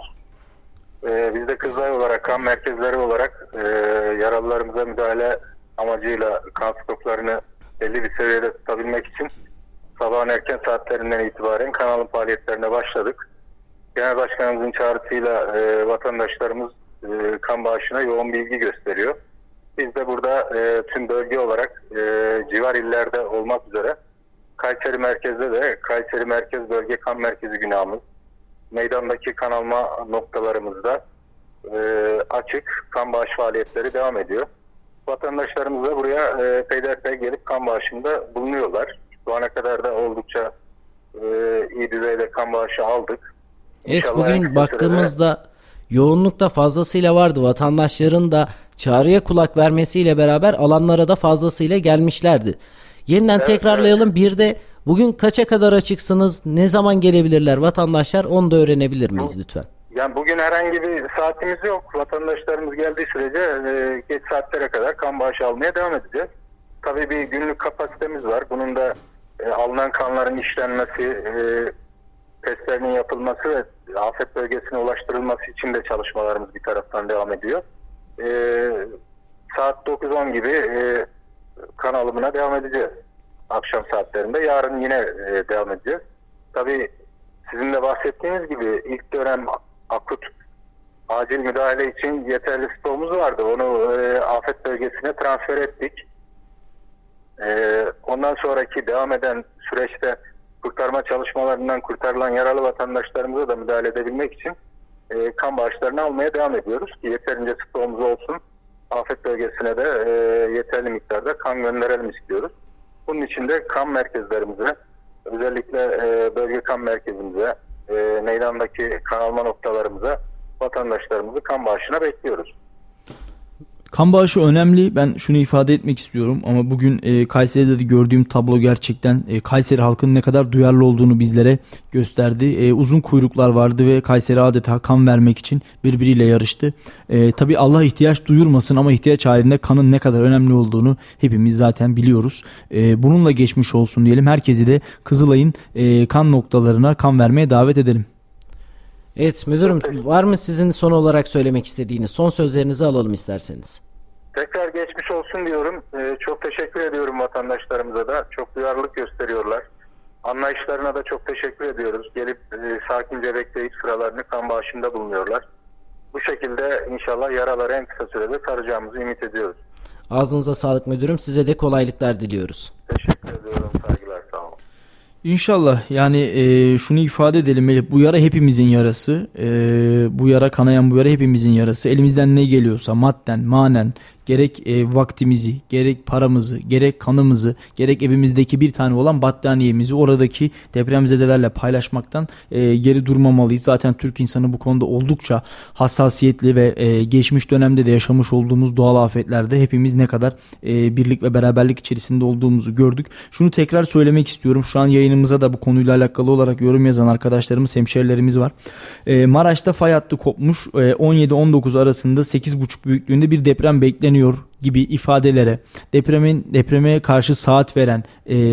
E, biz de Kızılay olarak, kan merkezleri olarak e, yaralılarımıza müdahale amacıyla kan stoklarını belli bir seviyede tutabilmek için sabahın erken saatlerinden itibaren kanalın faaliyetlerine başladık. Genel Başkanımızın çağrısıyla e, vatandaşlarımız e, kan bağışına yoğun bilgi gösteriyor. Biz de burada e, tüm bölge olarak e, civar illerde olmak üzere Kayseri merkezde de Kayseri Merkez Bölge Kan Merkezi günahımız, meydandaki kan alma noktalarımızda e, açık kan bağış faaliyetleri devam ediyor. Vatandaşlarımız da buraya e, peyderpey gelip kan bağışında bulunuyorlar. Şu ana kadar da oldukça e, iyi düzeyde kan bağışı aldık. Evet, İnşallah bugün baktığımızda sürede yoğunlukta fazlasıyla vardı. Vatandaşların da çağrıya kulak vermesiyle beraber alanlara da fazlasıyla gelmişlerdi. Yeniden evet, tekrarlayalım. Evet. Bir de bugün kaça kadar açıksınız? Ne zaman gelebilirler vatandaşlar? Onu da öğrenebilir miyiz lütfen? Yani bugün herhangi bir saatimiz yok. Vatandaşlarımız geldiği sürece e, geç saatlere kadar kan bağışı almaya devam edeceğiz. Tabii bir günlük kapasitemiz var. Bunun da e, alınan kanların işlenmesi, e, testlerinin yapılması ve afet bölgesine ulaştırılması için de çalışmalarımız bir taraftan devam ediyor. Ee, saat dokuz on gibi e, kan alımına devam edeceğiz. Akşam saatlerinde. Yarın yine e, devam edeceğiz. Tabii sizin de bahsettiğiniz gibi ilk dönem akut acil müdahale için yeterli stoğumuz vardı. Onu e, afet bölgesine transfer ettik. E, ondan sonraki devam eden süreçte kurtarma çalışmalarından kurtarılan yaralı vatandaşlarımıza da müdahale edebilmek için e, kan bağışlarını almaya devam ediyoruz ki yeterince stoğumuz olsun. Afet bölgesine de e, yeterli miktarda kan gönderelim istiyoruz. Bunun için de kan merkezlerimize, özellikle e, bölge kan merkezimize, e, meydandaki kan alma noktalarımıza vatandaşlarımızı kan bağışına bekliyoruz. Kan bağışı önemli. Ben şunu ifade etmek istiyorum ama bugün e, Kayseri'de de gördüğüm tablo gerçekten e, Kayseri halkının ne kadar duyarlı olduğunu bizlere gösterdi. E, uzun kuyruklar vardı ve Kayseri adeta kan vermek için birbiriyle yarıştı. E, tabii Allah ihtiyaç duyurmasın ama ihtiyaç halinde kanın ne kadar önemli olduğunu hepimiz zaten biliyoruz. E, bununla geçmiş olsun diyelim. Herkesi de Kızılay'ın e, kan noktalarına kan vermeye davet edelim. Evet müdürüm, var mı sizin son olarak söylemek istediğiniz? Son sözlerinizi alalım isterseniz. Tekrar geçmiş olsun diyorum. Ee, çok teşekkür ediyorum vatandaşlarımıza da. Çok duyarlılık gösteriyorlar. Anlayışlarına da çok teşekkür ediyoruz. Gelip e, sakince bekleyip sıralarını kan bağışında bulunuyorlar. Bu şekilde inşallah yaraları en kısa sürede saracağımızı ümit ediyoruz. Ağzınıza sağlık müdürüm. Size de kolaylıklar diliyoruz. Teşekkür ediyorum. Saygılar. Sağ olun. İnşallah yani e, şunu ifade edelim Melih, bu yara hepimizin yarası, e, bu yara, kanayan bu yara hepimizin yarası. Elimizden ne geliyorsa madden, manen gerek e, vaktimizi, gerek paramızı, gerek kanımızı, gerek evimizdeki bir tane olan battaniyemizi oradaki depremzedelerle paylaşmaktan e, geri durmamalıyız. Zaten Türk insanı bu konuda oldukça hassasiyetli ve e, geçmiş dönemde de yaşamış olduğumuz doğal afetlerde hepimiz ne kadar e, birlik ve beraberlik içerisinde olduğumuzu gördük. Şunu tekrar söylemek istiyorum. Şu an yayınımıza da bu konuyla alakalı olarak yorum yazan arkadaşlarımız, hemşerilerimiz var. E, Maraş'ta fay hattı kopmuş. E, on yedi on dokuz arasında sekiz buçuk büyüklüğünde bir deprem bekleniyor gibi ifadelere, depremin depreme karşı saat veren,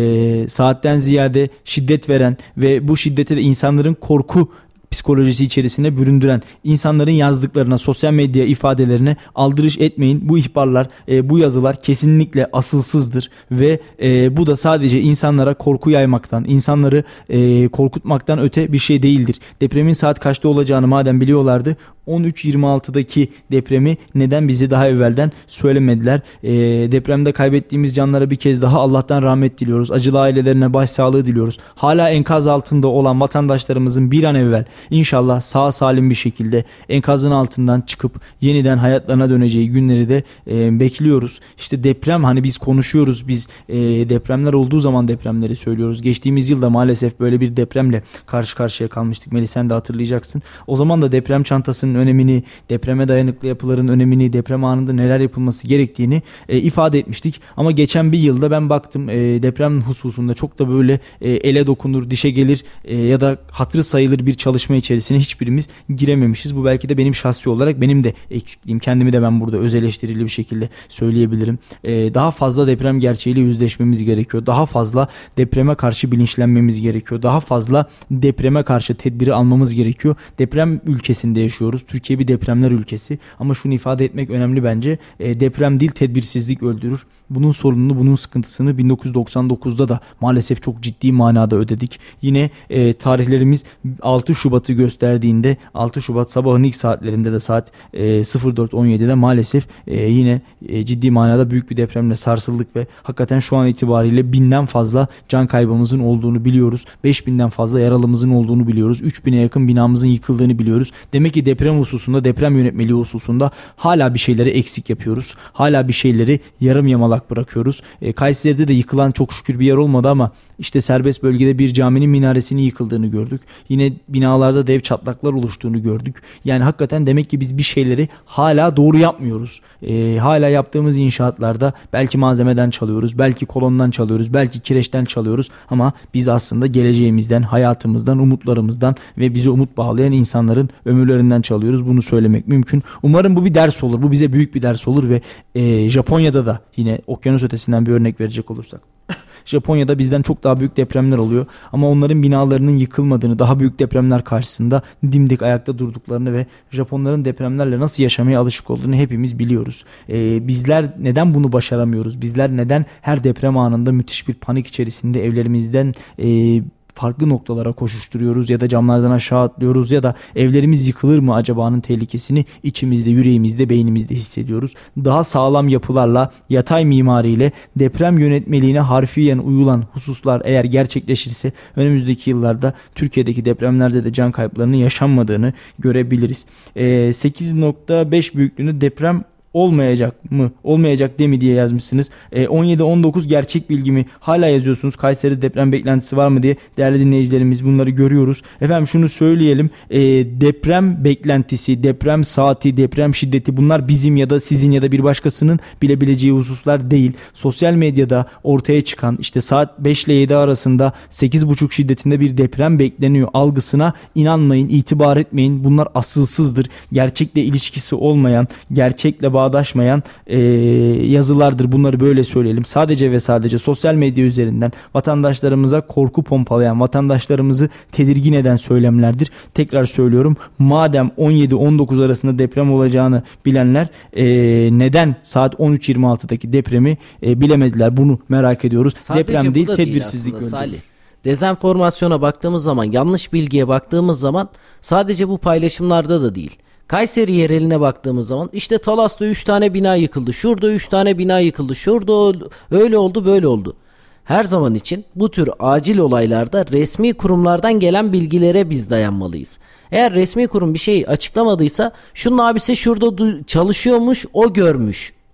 e, saatten ziyade şiddet veren ve bu şiddete de insanların korku psikolojisi içerisine büründüren insanların yazdıklarına, sosyal medya ifadelerine aldırış etmeyin. Bu ihbarlar, e, bu yazılar kesinlikle asılsızdır ve e, bu da sadece insanlara korku yaymaktan, insanları e, korkutmaktan öte bir şey değildir. Depremin saat kaçta olacağını madem biliyorlardı, on üç yirmi altıdaki depremi neden bize daha evvelden söylemediler? E, depremde kaybettiğimiz canlara bir kez daha Allah'tan rahmet diliyoruz. Acılı ailelerine başsağlığı diliyoruz. Hala enkaz altında olan vatandaşlarımızın bir an evvel İnşallah sağ salim bir şekilde enkazın altından çıkıp yeniden hayatlarına döneceği günleri de e, bekliyoruz. İşte deprem, hani biz konuşuyoruz, biz e, depremler olduğu zaman depremleri söylüyoruz. Geçtiğimiz yılda maalesef böyle bir depremle karşı karşıya kalmıştık. Melih, sen de hatırlayacaksın. O zaman da deprem çantasının önemini, depreme dayanıklı yapıların önemini, deprem anında neler yapılması gerektiğini e, ifade etmiştik. Ama geçen bir yılda ben baktım e, deprem hususunda çok da böyle e, ele dokunur, dişe gelir e, ya da hatırı sayılır bir çalışma içerisine hiçbirimiz girememişiz. Bu belki de benim şahsi olarak benim de eksikliğim. Kendimi de ben burada öz eleştirili bir şekilde söyleyebilirim. Ee, daha fazla deprem gerçeğiyle yüzleşmemiz gerekiyor. Daha fazla depreme karşı bilinçlenmemiz gerekiyor. Daha fazla depreme karşı tedbiri almamız gerekiyor. Deprem ülkesinde yaşıyoruz. Türkiye bir depremler ülkesi. Ama şunu ifade etmek önemli bence. E, deprem değil, tedbirsizlik öldürür. Bunun sorununu, bunun sıkıntısını bin dokuz yüz doksan dokuzda da maalesef çok ciddi manada ödedik. Yine e, tarihlerimiz altı Şubat'ı gösterdiğinde altı Şubat sabahın ilk saatlerinde de saat e, sıfır dört on yedide maalesef e, yine e, ciddi manada büyük bir depremle sarsıldık ve hakikaten şu an itibariyle binden fazla can kaybımızın olduğunu biliyoruz. beş binden fazla yaralımızın olduğunu biliyoruz. üç bine yakın binamızın yıkıldığını biliyoruz. Demek ki deprem hususunda, deprem yönetmeliği hususunda hala bir şeyleri eksik yapıyoruz. Hala bir şeyleri yarım yamalak bırakıyoruz. E, Kayseri'de de yıkılan çok şükür bir yer olmadı ama işte serbest bölgede bir caminin minaresinin yıkıldığını gördük. Yine binalarda dev çatlaklar oluştuğunu gördük. Yani hakikaten demek ki biz bir şeyleri hala doğru yapmıyoruz. E, hala yaptığımız inşaatlarda belki malzemeden çalıyoruz, belki kolondan çalıyoruz, belki kireçten çalıyoruz ama biz aslında geleceğimizden, hayatımızdan, umutlarımızdan ve bize umut bağlayan insanların ömürlerinden çalıyoruz. Bunu söylemek mümkün. Umarım bu bir ders olur. Bu bize büyük bir ders olur ve e, Japonya'da da yine okyanus ötesinden bir örnek verecek olursak. Japonya'da bizden çok daha büyük depremler oluyor ama onların binalarının yıkılmadığını, daha büyük depremler karşısında dimdik ayakta durduklarını ve Japonların depremlerle nasıl yaşamaya alışık olduğunu hepimiz biliyoruz. Ee, bizler neden bunu başaramıyoruz? Bizler neden her deprem anında müthiş bir panik içerisinde evlerimizden e, farklı noktalara koşuşturuyoruz ya da camlardan aşağı atlıyoruz ya da evlerimiz yıkılır mı acaba'nın tehlikesini içimizde, yüreğimizde, beynimizde hissediyoruz. Daha sağlam yapılarla, yatay mimariyle deprem yönetmeliğine harfiyen uyulan hususlar eğer gerçekleşirse önümüzdeki yıllarda Türkiye'deki depremlerde de can kayıplarının yaşanmadığını görebiliriz. E, sekiz nokta beş büyüklüğünde deprem olmayacak mı? Olmayacak değil mi diye yazmışsınız. E, on yedi on dokuz gerçek bilgi mi? Hala yazıyorsunuz. Kayseri'de deprem beklentisi var mı diye. Değerli dinleyicilerimiz, bunları görüyoruz. Efendim şunu söyleyelim. E, deprem beklentisi, deprem saati, deprem şiddeti, bunlar bizim ya da sizin ya da bir başkasının bilebileceği hususlar değil. Sosyal medyada ortaya çıkan işte saat beş ile yedi arasında sekiz buçuk şiddetinde bir deprem bekleniyor algısına inanmayın, itibar etmeyin. Bunlar asılsızdır. Gerçekle ilişkisi olmayan, gerçekle bağdaşmayan e, yazılardır. Bunları böyle söyleyelim. Sadece ve sadece sosyal medya üzerinden vatandaşlarımıza korku pompalayan, vatandaşlarımızı tedirgin eden söylemlerdir. Tekrar söylüyorum. Madem on yedi on dokuz arasında deprem olacağını bilenler e, neden saat on üç yirmi altıdaki depremi e, bilemediler? Bunu merak ediyoruz. Sadece deprem değil, değil tedbirsizlik öldürür. Dezenformasyona baktığımız zaman, yanlış bilgiye baktığımız zaman sadece bu paylaşımlarda da değil. Kayseri yereline baktığımız zaman işte Talas'ta üç tane bina yıkıldı, şurada üç tane bina yıkıldı, şurada öyle oldu, böyle oldu. Her zaman için bu tür acil olaylarda resmi kurumlardan gelen bilgilere biz dayanmalıyız. Eğer resmi kurum bir şey açıklamadıysa şunun abisi şurada çalışıyormuş, o görmüş,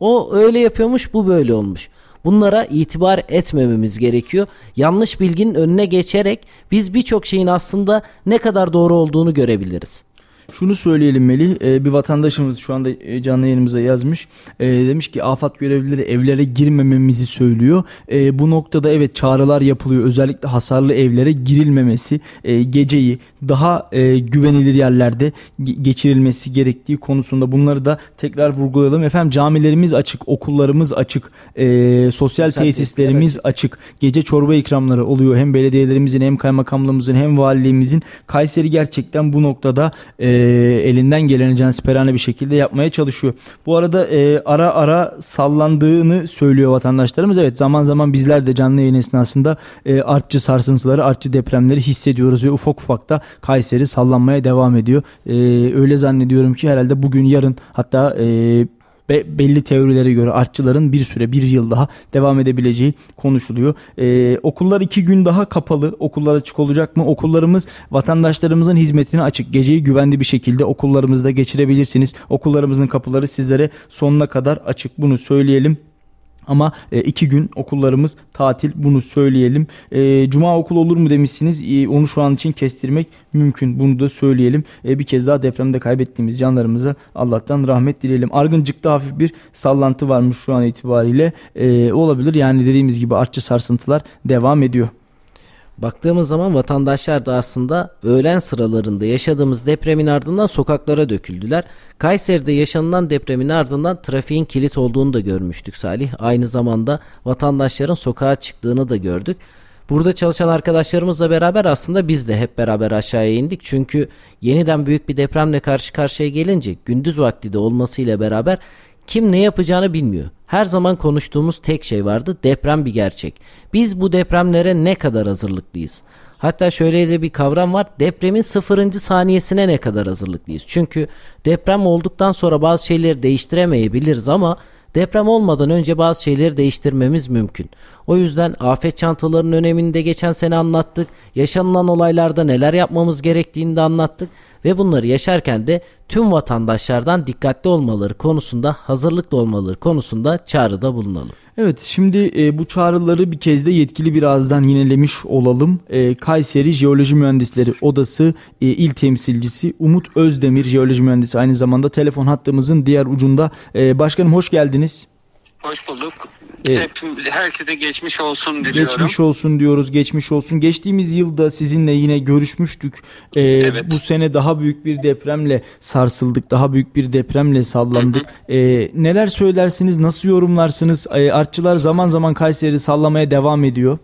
O öyle yapıyormuş, bu böyle olmuş. Bunlara itibar etmememiz gerekiyor. Yanlış bilginin önüne geçerek biz birçok şeyin aslında ne kadar doğru olduğunu görebiliriz. Şunu söyleyelim Melih, ee, bir vatandaşımız şu anda canlı yayınımıza yazmış. Ee, demiş ki AFAD görevlileri evlere girmememizi söylüyor. Ee, bu noktada evet çağrılar yapılıyor. Özellikle hasarlı evlere girilmemesi, e, geceyi daha e, güvenilir yerlerde ge- geçirilmesi gerektiği konusunda bunları da tekrar vurgulayalım. Efendim camilerimiz açık, okullarımız açık, e, sosyal, sosyal tesislerimiz açık. açık. Gece çorba ikramları oluyor. Hem belediyelerimizin hem kaymakamlığımızın hem valiliğimizin. Kayseri gerçekten bu noktada e, elinden geleni cansiperane bir şekilde yapmaya çalışıyor. Bu arada e, ara ara sallandığını söylüyor vatandaşlarımız. Evet, zaman zaman bizler de canlı yayın esnasında e, artçı sarsıntıları, artçı depremleri hissediyoruz ve ufak ufak da Kayseri sallanmaya devam ediyor. E, öyle zannediyorum ki herhalde bugün, yarın, hatta e, Be- belli teorilere göre artçıların bir süre, bir yıl daha devam edebileceği konuşuluyor. Ee, okullar iki gün daha kapalı. Okullar açık olacak mı? Okullarımız vatandaşlarımızın hizmetine açık. Geceyi güvenli bir şekilde okullarımızda geçirebilirsiniz. Okullarımızın kapıları sizlere sonuna kadar açık. Bunu söyleyelim. Ama e, iki gün okullarımız tatil, bunu söyleyelim. E, Cuma okul olur mu demişsiniz. E, onu şu an için kestirmek mümkün. Bunu da söyleyelim. E, bir kez daha depremde kaybettiğimiz canlarımıza Allah'tan rahmet dileyelim. Argıncık'ta hafif bir sallantı varmış şu an itibariyle. E, olabilir. Yani dediğimiz gibi artçı sarsıntılar devam ediyor. Baktığımız zaman vatandaşlar da aslında öğlen sıralarında yaşadığımız depremin ardından sokaklara döküldüler. Kayseri'de yaşanılan depremin ardından trafiğin kilit olduğunu da görmüştük Salih. Aynı zamanda vatandaşların sokağa çıktığını da gördük. Burada çalışan arkadaşlarımızla beraber aslında biz de hep beraber aşağıya indik. Çünkü yeniden büyük bir depremle karşı karşıya gelince gündüz vakti de olmasıyla beraber kim ne yapacağını bilmiyor. Her zaman konuştuğumuz tek şey vardı: deprem bir gerçek. Biz bu depremlere ne kadar hazırlıklıyız? Hatta şöyle de bir kavram var: depremin sıfırıncı saniyesine ne kadar hazırlıklıyız? Çünkü deprem olduktan sonra bazı şeyleri değiştiremeyebiliriz ama deprem olmadan önce bazı şeyleri değiştirmemiz mümkün. O yüzden afet çantalarının önemini de geçen sene anlattık. Yaşanılan olaylarda neler yapmamız gerektiğini de anlattık. Ve bunları yaşarken de tüm vatandaşlardan dikkatli olmaları konusunda, hazırlıklı olmaları konusunda çağrıda bulunalım. Evet, şimdi e, bu çağrıları bir kez de yetkili bir ağızdan yinelemiş olalım. E, Kayseri Jeoloji Mühendisleri Odası e, İl Temsilcisi Umut Özdemir, jeoloji mühendisi, aynı zamanda telefon hattımızın diğer ucunda. E, başkanım hoş geldiniz. Hoş bulduk. Evet. Hepimize, herkese geçmiş olsun diliyorum. Geçmiş olsun diyoruz, geçmiş olsun. Geçtiğimiz yılda sizinle yine görüşmüştük. Ee, evet. Bu sene daha büyük bir depremle sarsıldık, daha büyük bir depremle sallandık. Ee, neler söylersiniz, nasıl yorumlarsınız? Ee, artçılar zaman zaman Kayseri'yi sallamaya devam ediyor.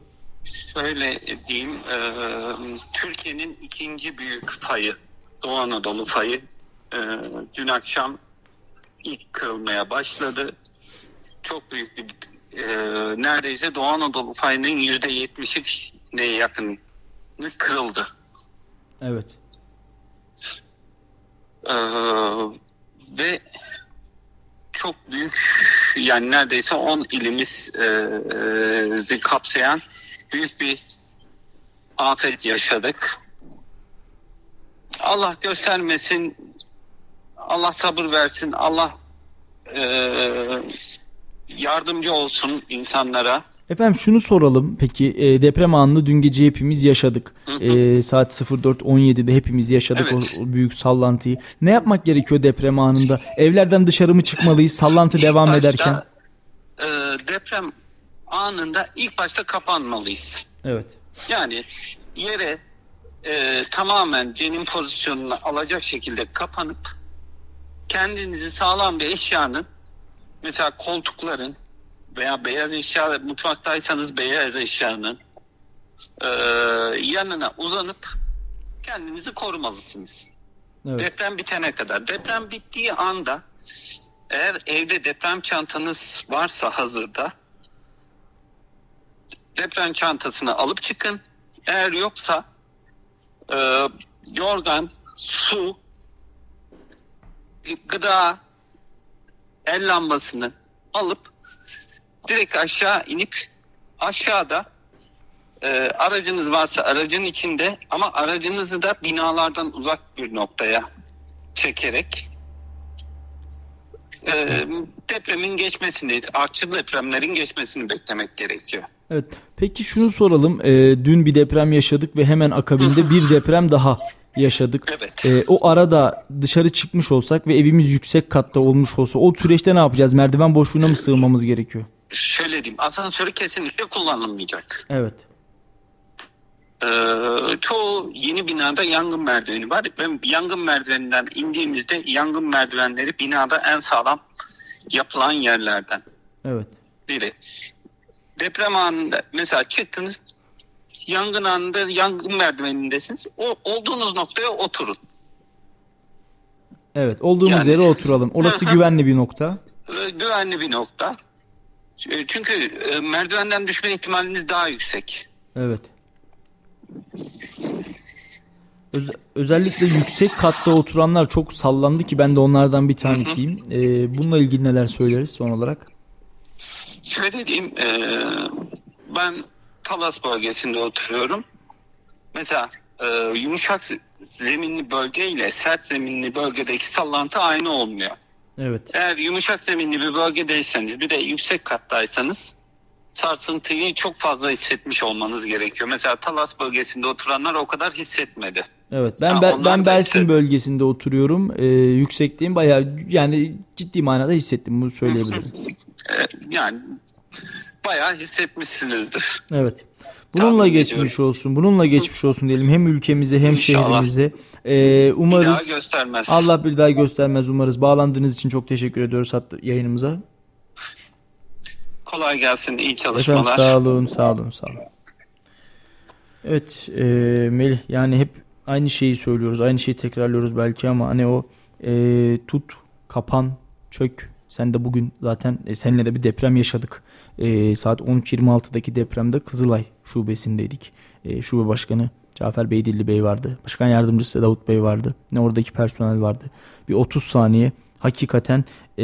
Şöyle diyeyim, e, Türkiye'nin ikinci büyük fayı, Doğu Anadolu fayı, e, dün akşam ilk kırılmaya başladı. Çok büyük bir e, neredeyse Doğu Anadolu fayının yüzde yetmişine yakın kırıldı. Evet. Ee, ve çok büyük, yani neredeyse on ilimizi e, kapsayan büyük bir afet yaşadık. Allah göstermesin, Allah sabır versin, Allah e, yardımcı olsun insanlara. Efendim şunu soralım peki, e, deprem anını dün gece hepimiz yaşadık. Hı hı. E, saat sıfır dört on yedide hepimiz yaşadık, evet, o, o büyük sallantıyı. Ne yapmak gerekiyor deprem anında? Evlerden dışarı mı çıkmalıyız sallantı ilk devam başta, ederken? E, deprem anında ilk başta kapanmalıyız. Evet. Yani yere e, tamamen cenin pozisyonunu alacak şekilde kapanıp kendinizi sağlam bir eşyanın, mesela koltukların veya beyaz eşya, mutfaktaysanız beyaz eşyanın e, yanına uzanıp kendinizi korumalısınız. Evet. Deprem bitene kadar. Deprem bittiği anda eğer evde deprem çantanız varsa hazırda, deprem çantasını alıp çıkın. Eğer yoksa e, yorgan, su, gıda, el lambasını alıp direkt aşağı inip aşağıda e, aracınız varsa aracın içinde, ama aracınızı da binalardan uzak bir noktaya çekerek e, depremin geçmesini, artçı depremlerin geçmesini beklemek gerekiyor. Evet. Peki şunu soralım. E, dün bir deprem yaşadık ve hemen akabinde bir deprem daha yaşadık. Evet. E, o arada dışarı çıkmış olsak ve evimiz yüksek katta olmuş olsa o süreçte ne yapacağız? Merdiven boşluğuna mı sığmamız gerekiyor? Şöyle diyeyim, asansörü kesinlikle kullanılmayacak. Evet. Ee, çoğu yeni binada yangın merdiveni var ve yangın merdiveninden indiğimizde yangın merdivenleri binada en sağlam yapılan yerlerden Evet. biri. Deprem anında mesela çıktınız, yangın anında yangın merdivenindesiniz. O olduğunuz noktaya oturun. Evet. Olduğumuz Yani- yere oturalım. Orası güvenli bir nokta. Ee, güvenli bir nokta. Ee, Çünkü e, merdivenden düşme ihtimaliniz daha yüksek. Evet. Öz- özellikle yüksek katta oturanlar çok sallandı ki ben de onlardan bir tanesiyim. Ee, bununla ilgili neler söyleriz son olarak? Şöyle diyeyim, e, ben Talas bölgesinde oturuyorum. Mesela e, yumuşak zeminli bölge ile sert zeminli bölgedeki sallantı aynı olmuyor. Evet. Eğer yumuşak zeminli bir bölgedeyseniz, bir de yüksek kattaysanız sarsıntıyı çok fazla hissetmiş olmanız gerekiyor. Mesela Talas bölgesinde oturanlar o kadar hissetmedi. Evet. Ben Ha, ben, onlar ben da Belsin hisset- bölgesinde oturuyorum. Ee, yüksekliğim bayağı yani ciddi manada hissettim, bunu söyleyebilirim. E, yani bayağı hissetmişsinizdir. Evet. Bununla Tahmin geçmiş ediyorum. olsun. Bununla geçmiş olsun diyelim hem ülkemize hem İnşallah. şehrimize. Ee, Bir umarız daha göstermez. Allah bir daha göstermez umarız. Bağlandığınız için çok teşekkür ediyoruz hatta yayınımıza. Kolay gelsin, iyi Efendim çalışmalar. sağ olun, sağ olun, sağ olun. Evet e, Melih, yani hep aynı şeyi söylüyoruz, aynı şeyi tekrarlıyoruz belki ama hani o e, tut, kapan, çök. Sen de bugün zaten e, seninle de bir deprem yaşadık. E, saat on üç yirmi altıdaki depremde Kızılay şubesindeydik. E, şube başkanı Cafer Beydilli Bey vardı. Başkan yardımcısı Davut Bey vardı. Ne oradaki personel vardı. Bir otuz saniye hakikaten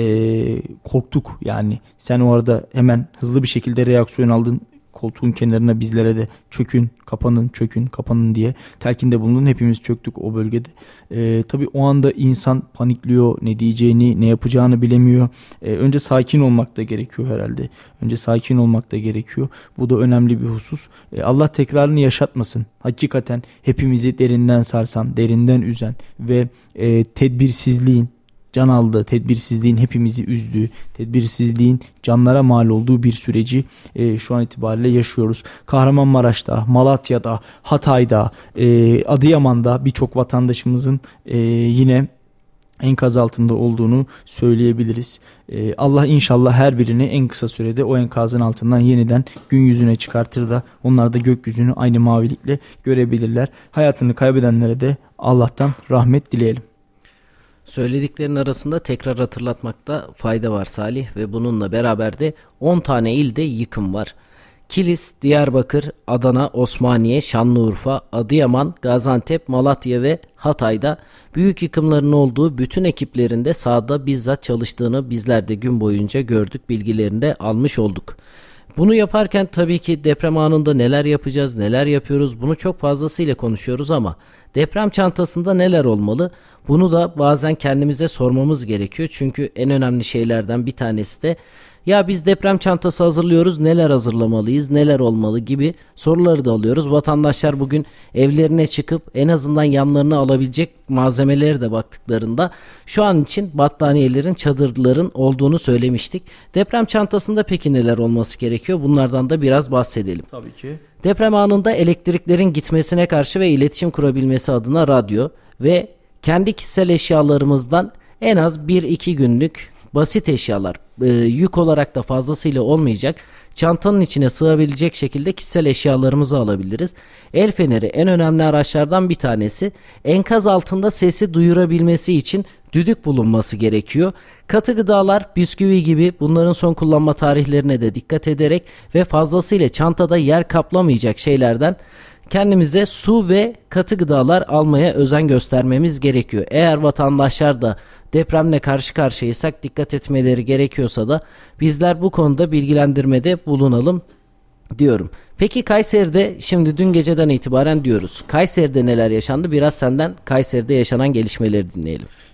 e, korktuk yani. Sen o arada hemen hızlı bir şekilde reaksiyon aldın. Koltuğun kenarına bizlere de çökün, kapanın, çökün, kapanın diye telkinde bulundun. Hepimiz çöktük o bölgede. Ee, tabii o anda insan panikliyor, ne diyeceğini, ne yapacağını bilemiyor. Ee, önce sakin olmak da gerekiyor herhalde. Önce sakin olmak da gerekiyor. Bu da önemli bir husus. Ee, Allah tekrarını yaşatmasın. Hakikaten hepimizi derinden sarsan, derinden üzen ve e, tedbirsizliğin, can aldığı, tedbirsizliğin hepimizi üzdüğü, tedbirsizliğin canlara mal olduğu bir süreci e, şu an itibariyle yaşıyoruz. Kahramanmaraş'ta, Malatya'da, Hatay'da, e, Adıyaman'da birçok vatandaşımızın e, yine enkaz altında olduğunu söyleyebiliriz. E, Allah inşallah her birini en kısa sürede o enkazın altından yeniden gün yüzüne çıkartır da onlar da gökyüzünü aynı mavilikle görebilirler. Hayatını kaybedenlere de Allah'tan rahmet dileyelim. Söylediklerin arasında tekrar hatırlatmakta fayda var Salih ve bununla beraber de on tane ilde yıkım var. Kilis, Diyarbakır, Adana, Osmaniye, Şanlıurfa, Adıyaman, Gaziantep, Malatya ve Hatay'da büyük yıkımların olduğu bütün ekiplerinde sahada bizzat çalıştığını bizler de gün boyunca gördük, bilgilerini de almış olduk. Bunu yaparken tabii ki deprem anında neler yapacağız, neler yapıyoruz bunu çok fazlasıyla konuşuyoruz ama deprem çantasında neler olmalı? Bunu da bazen kendimize sormamız gerekiyor. Çünkü en önemli şeylerden bir tanesi de ya biz deprem çantası hazırlıyoruz, neler hazırlamalıyız, neler olmalı gibi soruları da alıyoruz. Vatandaşlar bugün evlerine çıkıp en azından yanlarına alabilecek malzemeleri de baktıklarında şu an için battaniyelerin, çadırların olduğunu söylemiştik. Deprem çantasında peki neler olması gerekiyor? Bunlardan da biraz bahsedelim. Tabii ki. Deprem anında elektriklerin gitmesine karşı ve iletişim kurabilmesi adına radyo ve kendi kişisel eşyalarımızdan en az bir iki günlük basit eşyalar, e, yük olarak da fazlasıyla olmayacak, çantanın içine sığabilecek şekilde kişisel eşyalarımızı alabiliriz. El feneri en önemli araçlardan bir tanesi. Enkaz altında sesi duyurabilmesi için düdük bulunması gerekiyor. Katı gıdalar, bisküvi gibi bunların son kullanma tarihlerine de dikkat ederek ve fazlasıyla çantada yer kaplamayacak şeylerden kendimize su ve katı gıdalar almaya özen göstermemiz gerekiyor. Eğer vatandaşlar da depremle karşı karşıyaysak dikkat etmeleri gerekiyorsa da bizler bu konuda bilgilendirmede bulunalım diyorum. Peki Kayseri'de şimdi dün geceden itibaren diyoruz. Kayseri'de neler yaşandı? Biraz senden Kayseri'de yaşanan gelişmeleri dinleyelim.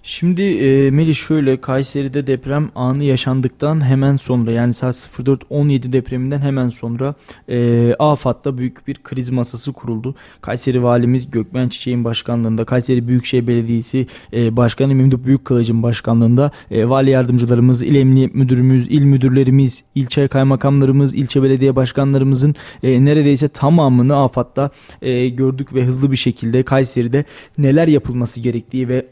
Şimdi e, Melih şöyle, Kayseri'de deprem anı yaşandıktan hemen sonra, yani saat sıfır dört on yedi depreminden hemen sonra e, AFAD'da büyük bir kriz masası kuruldu. Kayseri Valimiz Gökmen Çiçek'in başkanlığında, Kayseri Büyükşehir Belediyesi e, Başkanı Memduh Büyükkılıç'ın başkanlığında e, vali yardımcılarımız, il emniyet müdürümüz, il müdürlerimiz, ilçe kaymakamlarımız, ilçe belediye başkanlarımızın e, neredeyse tamamını AFAD'da e, gördük ve hızlı bir şekilde Kayseri'de neler yapılması gerektiği ve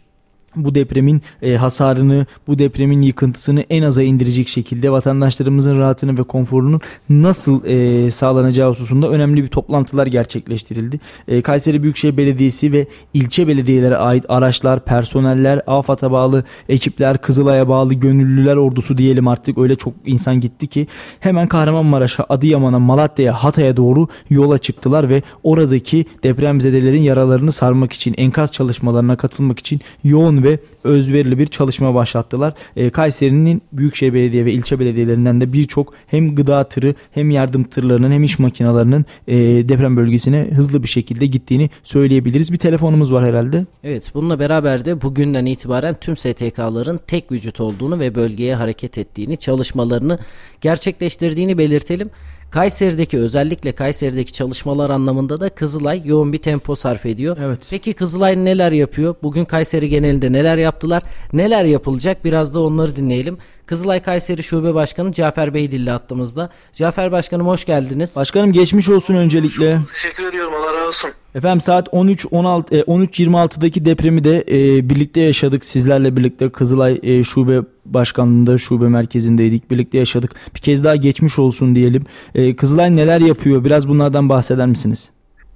bu depremin e, hasarını, bu depremin yıkıntısını en aza indirecek şekilde vatandaşlarımızın rahatını ve konforunun nasıl e, sağlanacağı hususunda önemli bir toplantılar gerçekleştirildi. E, Kayseri Büyükşehir Belediyesi ve ilçe belediyelere ait araçlar, personeller, AFAD'a bağlı ekipler, Kızılay'a bağlı gönüllüler ordusu diyelim, artık öyle çok insan gitti ki hemen Kahramanmaraş'a, Adıyaman'a, Malatya'ya, Hatay'a doğru yola çıktılar ve oradaki depremzedelerin yaralarını sarmak için, enkaz çalışmalarına katılmak için yoğun ve özverili bir çalışma başlattılar. E, Kayseri'nin Büyükşehir Belediye ve ilçe belediyelerinden de birçok hem gıda tırı hem yardım tırlarının hem iş makinalarının e, deprem bölgesine hızlı bir şekilde gittiğini söyleyebiliriz. Bir telefonumuz var herhalde. Evet, bununla beraber de bugünden itibaren tüm S T K'ların tek vücut olduğunu ve bölgeye hareket ettiğini, çalışmalarını gerçekleştirdiğini belirtelim. Kayseri'deki, özellikle Kayseri'deki çalışmalar anlamında da Kızılay yoğun bir tempo sarf ediyor. Evet. Peki Kızılay neler yapıyor? Bugün Kayseri genelinde neler yaptılar? Neler yapılacak? Biraz da onları dinleyelim. Kızılay Kayseri Şube Başkanı Cafer Beydilli hattımızda. Cafer Başkanım, hoş geldiniz. Başkanım, geçmiş olsun öncelikle. Teşekkür ediyorum, Allah razı olsun. Efendim, saat on üç on altı on üç yirmi altıdaki depremi de e, birlikte yaşadık. Sizlerle birlikte Kızılay e, Şube Başkanlığı'nda, şube merkezindeydik. Birlikte yaşadık. Bir kez daha geçmiş olsun diyelim. E, Kızılay neler yapıyor? Biraz bunlardan bahseder misiniz?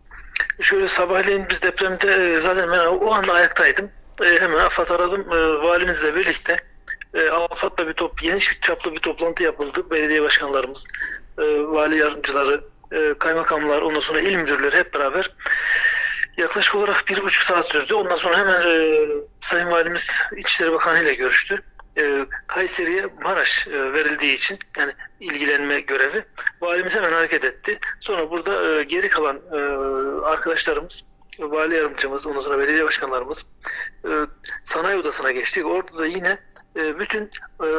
Şöyle, sabahleyin biz depremde e, zaten ben o anda ayaktaydım. E, hemen AFAD aradım. E, valimizle birlikte e, AFAD'la bir top, geniş çaplı bir toplantı yapıldı. Belediye başkanlarımız, e, vali yardımcıları, e, kaymakamlar, ondan sonra il müdürleri hep beraber yaklaşık olarak bir buçuk saat sürdü. Ondan sonra hemen e, Sayın Valimiz İçişleri Bakanı ile görüştü. E, Kayseri'ye Maraş e, verildiği için, yani ilgilenme görevi, valimiz hemen hareket etti. Sonra burada e, geri kalan e, arkadaşlarımız, vali yardımcımız, ondan sonra belediye başkanlarımız e, sanayi odasına geçtik. Orada da yine e, bütün e,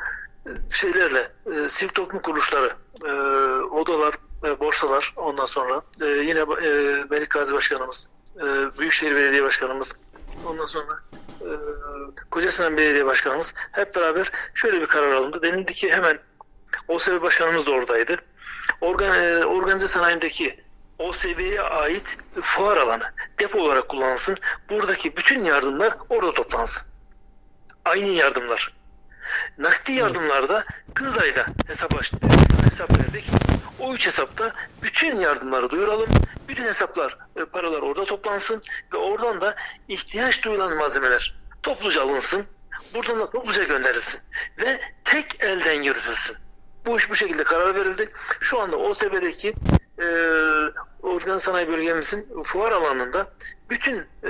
şeylerle e, sivil toplum kuruluşları, e, odalar, e, borsalar, ondan sonra e, yine e, Melik Gazi Başkanımız, e, Büyükşehir Belediye Başkanımız, ondan sonra e, Kocasinan Belediye Başkanımız hep beraber şöyle bir karar alındı. Denildi ki hemen O S B Başkanımız da oradaydı. Organ, e, organize sanayindeki O S B'ye ait fuar alanı depo olarak kullanılsın. Buradaki bütün yardımlar orada toplansın. Aynı yardımlar. Nakdi yardımlarda Kızılay'da hesap açtık, hesap verdik. O üç hesapta bütün yardımları duyuralım. Bütün hesaplar, paralar orada toplansın ve oradan da ihtiyaç duyulan malzemeler topluca alınsın. Buradan da topluca gönderilsin ve tek elden yürütülsün. Bu iş bu şekilde karar verildi. Şu anda O S B'deki e, organ sanayi bölgemizin fuar alanında bütün e,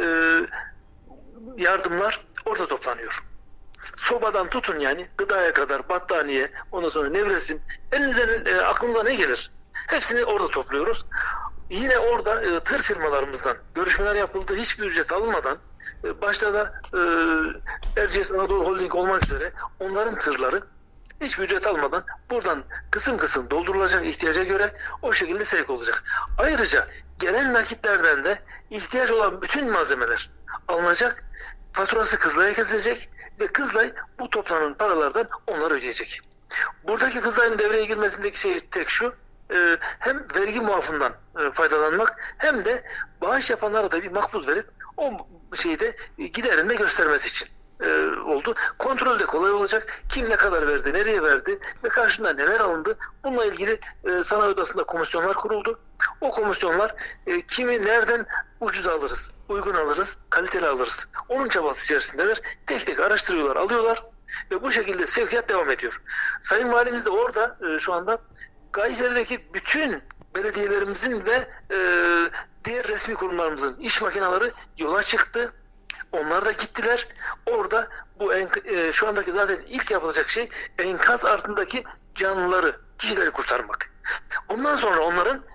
yardımlar orada toplanıyor. Sobadan tutun, yani gıdaya kadar, battaniye, ondan sonra nevresim, elinize e, aklınıza ne gelir? Hepsini orada topluyoruz. Yine orada e, tır firmalarımızdan görüşmeler yapıldı. Hiçbir ücret alınmadan, e, başta da e, Erciyes Anadolu Holding olmak üzere onların tırları hiçbir ücret almadan buradan kısım kısım doldurulacak, ihtiyaca göre o şekilde sevk olacak. Ayrıca gelen nakitlerden de ihtiyaç olan bütün malzemeler alınacak, faturası Kızılay'a kesilecek ve Kızılay bu toplanan paralardan onları ödeyecek. Buradaki Kızılay'ın devreye girmesindeki şey tek şu, e, hem vergi muafından e, faydalanmak hem de bağış yapanlara da bir makbuz verip o şeyde e, giderini de göstermesi için e, oldu. Kontrol de kolay olacak. Kim ne kadar verdi, nereye verdi ve karşında neler alındı. Bununla ilgili e, sanayi odasında komisyonlar kuruldu. O komisyonlar e, kimi nereden ucuz alırız, uygun alırız, kaliteli alırız. Onun çabası içerisindeler. Tek tek araştırıyorlar, alıyorlar ve bu şekilde sevkiyat devam ediyor. Sayın Valimiz de orada e, şu anda Kayseri'deki bütün belediyelerimizin ve e, diğer resmi kurumlarımızın iş makineleri yola çıktı. Onlar da gittiler. Orada bu enk- e, şu andaki zaten ilk yapılacak şey enkaz altındaki canlıları, kişileri kurtarmak. Ondan sonra onların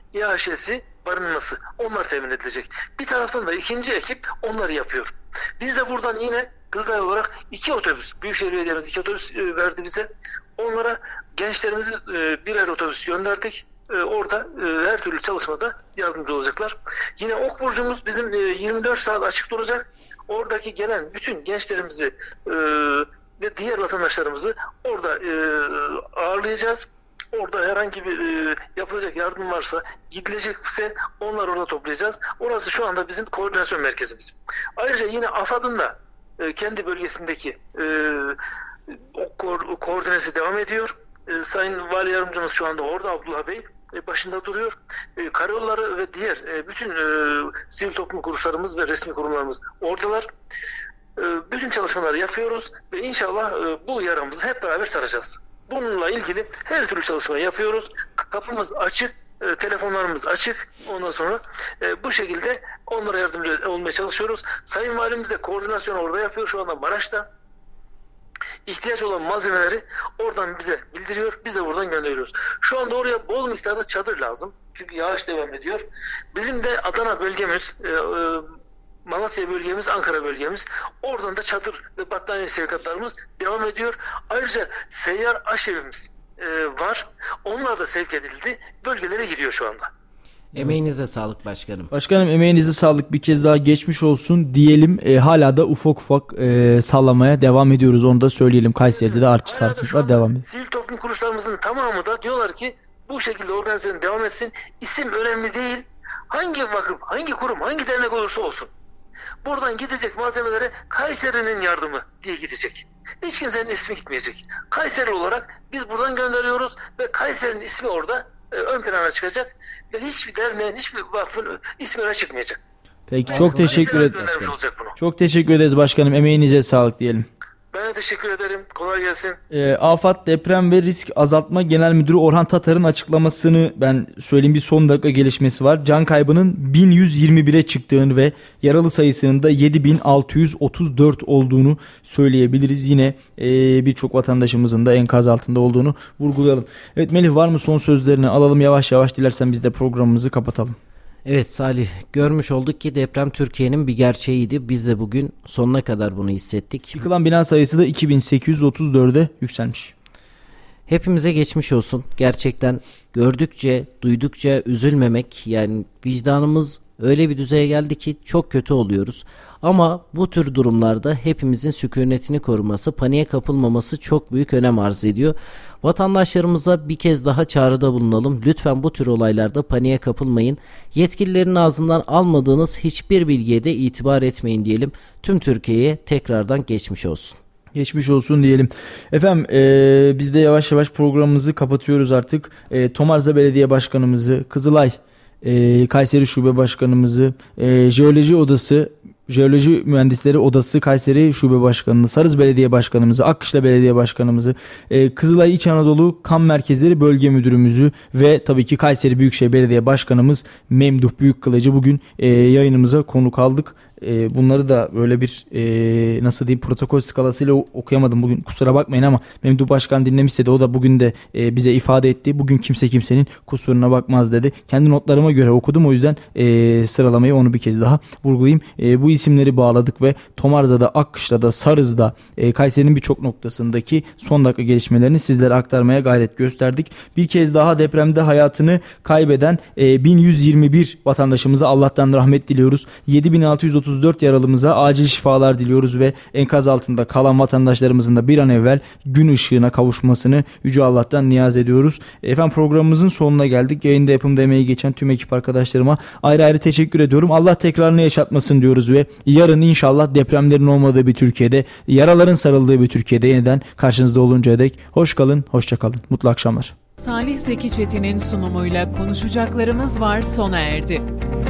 İ H S'si, barınması. Onlar temin edilecek. Bir taraftan da ikinci ekip onları yapıyor. Biz de buradan yine Kızılay olarak iki otobüs, Büyükşehir Belediye'miz iki otobüs verdi bize. Onlara gençlerimizi birer otobüs gönderdik. Orada her türlü çalışmada yardımcı olacaklar. Yine Ok Burcu'muz bizim yirmi dört saat açık duracak. Oradaki gelen bütün gençlerimizi ve diğer vatandaşlarımızı orada ağırlayacağız. Orada herhangi bir e, yapılacak yardım varsa, gidilecekse onları orada toplayacağız. Orası şu anda bizim koordinasyon merkezimiz. Ayrıca yine AFAD'ın da e, kendi bölgesindeki e, ko- koordinesi devam ediyor. E, Sayın Vali Yardımcımız şu anda orada, Abdullah Bey e, başında duruyor. E, karayolları ve diğer e, bütün e, sivil toplum kuruluşlarımız ve resmi kurumlarımız oradalar. E, bütün çalışmaları yapıyoruz ve inşallah e, bu yaramızı hep beraber saracağız. Bununla ilgili her türlü çalışma yapıyoruz. Kapımız açık, e, telefonlarımız açık. Ondan sonra e, bu şekilde onlara yardımcı olmaya çalışıyoruz. Sayın Valimiz de koordinasyon orada yapıyor şu anda Maraş'ta. İhtiyaç olan malzemeleri oradan bize bildiriyor. Biz de buradan gönderiyoruz. Şu anda oraya bol miktarda çadır lazım. Çünkü yağış devam ediyor. Bizim de Adana bölgemiz, e, e, Malatya bölgemiz, Ankara bölgemiz. Oradan da çadır ve battaniye sevkiyatlarımız devam ediyor. Ayrıca seyyar aşevimiz e, var. Onlar da sevk edildi. Bölgelere gidiyor şu anda. Emeğinize sağlık başkanım. Başkanım emeğinize sağlık, bir kez daha geçmiş olsun diyelim. E, hala da ufak ufak e, sallamaya devam ediyoruz. Onu da söyleyelim. Kayseri'de de artçı sarsıntılar devam ediyor. Sivil toplum kuruluşlarımızın tamamı da diyorlar ki bu şekilde organizasyon devam etsin. İsim önemli değil. Hangi vakıf, hangi kurum, hangi dernek olursa olsun. Buradan gidecek malzemelere Kayseri'nin yardımı diye gidecek. Hiç kimsenin ismi gitmeyecek. Kayseri olarak biz buradan gönderiyoruz ve Kayseri'nin ismi orada e, ön plana çıkacak ve hiçbir derneğin, hiçbir vakfın ismi öne çıkmayacak. Peki, çok teşekkür ederiz. Çok teşekkür ederiz başkanım. Emeğinize sağlık diyelim. Ben de teşekkür ederim. Kolay gelsin. E, AFAD Deprem ve Risk Azaltma Genel Müdürü Orhan Tatar'ın açıklamasını ben söyleyeyim, bir son dakika gelişmesi var. Can kaybının bin yüz yirmi bire çıktığını ve yaralı sayısının da yedi bin altı yüz otuz dört olduğunu söyleyebiliriz. Yine e, birçok vatandaşımızın da enkaz altında olduğunu vurgulayalım. Evet Melih, var mı son sözlerini alalım yavaş yavaş, dilersen biz de programımızı kapatalım. Evet Salih, görmüş olduk ki deprem Türkiye'nin bir gerçeğiydi. Biz de bugün sonuna kadar bunu hissettik. Yıkılan bina sayısı da iki bin sekiz yüz otuz dörde yükselmiş. Hepimize geçmiş olsun. Gerçekten gördükçe, duydukça üzülmemek, yani vicdanımız öyle bir düzeye geldi ki çok kötü oluyoruz. Ama bu tür durumlarda hepimizin sükunetini koruması, paniğe kapılmaması çok büyük önem arz ediyor. Vatandaşlarımıza bir kez daha çağrıda bulunalım. Lütfen bu tür olaylarda paniğe kapılmayın. Yetkililerin ağzından almadığınız hiçbir bilgiye de itibar etmeyin diyelim. Tüm Türkiye'ye tekrardan geçmiş olsun. Geçmiş olsun diyelim. Efendim e, biz de yavaş yavaş programımızı kapatıyoruz artık. E, Tomarza Belediye Başkanımızı, Kızılay e, Kayseri Şube Başkanımızı, e, Jeoloji Odası, Jeoloji Mühendisleri Odası Kayseri Şube Başkanı'nı, Sarız Belediye Başkanımızı, Akkışla Belediye Başkanımızı, e, Kızılay İç Anadolu Kan Merkezleri Bölge Müdürümüzü ve tabii ki Kayseri Büyükşehir Belediye Başkanımız Memduh Büyükkılıcı bugün e, yayınımıza konuk aldık. E, bunları da böyle bir e, nasıl diyeyim, protokol skalasıyla okuyamadım bugün, kusura bakmayın, ama Memduh Başkan dinlemişse de o da bugün de e, bize ifade etti. Bugün kimse kimsenin kusuruna bakmaz dedi. Kendi notlarıma göre okudum, o yüzden e, sıralamayı onu bir kez daha vurgulayayım. E, bu isimleri bağladık ve Tomarza'da, Akkışla'da, Sarız'da, e, Kayseri'nin birçok noktasındaki son dakika gelişmelerini sizlere aktarmaya gayret gösterdik. Bir kez daha depremde hayatını kaybeden e, bin yüz yirmi bir vatandaşımıza Allah'tan rahmet diliyoruz. yedi bin altı yüz otuz dört yaralımıza acil şifalar diliyoruz ve enkaz altında kalan vatandaşlarımızın da bir an evvel gün ışığına kavuşmasını Yüce Allah'tan niyaz ediyoruz. Efendim programımızın sonuna geldik. Yayında yapımda emeği geçen tüm ekip arkadaşlarıma ayrı ayrı teşekkür ediyorum. Allah tekrarını yaşatmasın diyoruz ve yarın inşallah depremlerin olmadığı bir Türkiye'de, yaraların sarıldığı bir Türkiye'de yeniden karşınızda oluncaya dek hoş kalın, hoşça kalın. Mutlu akşamlar. Salih Zeki Çetin'in sunumuyla konuşacaklarımız var sona erdi.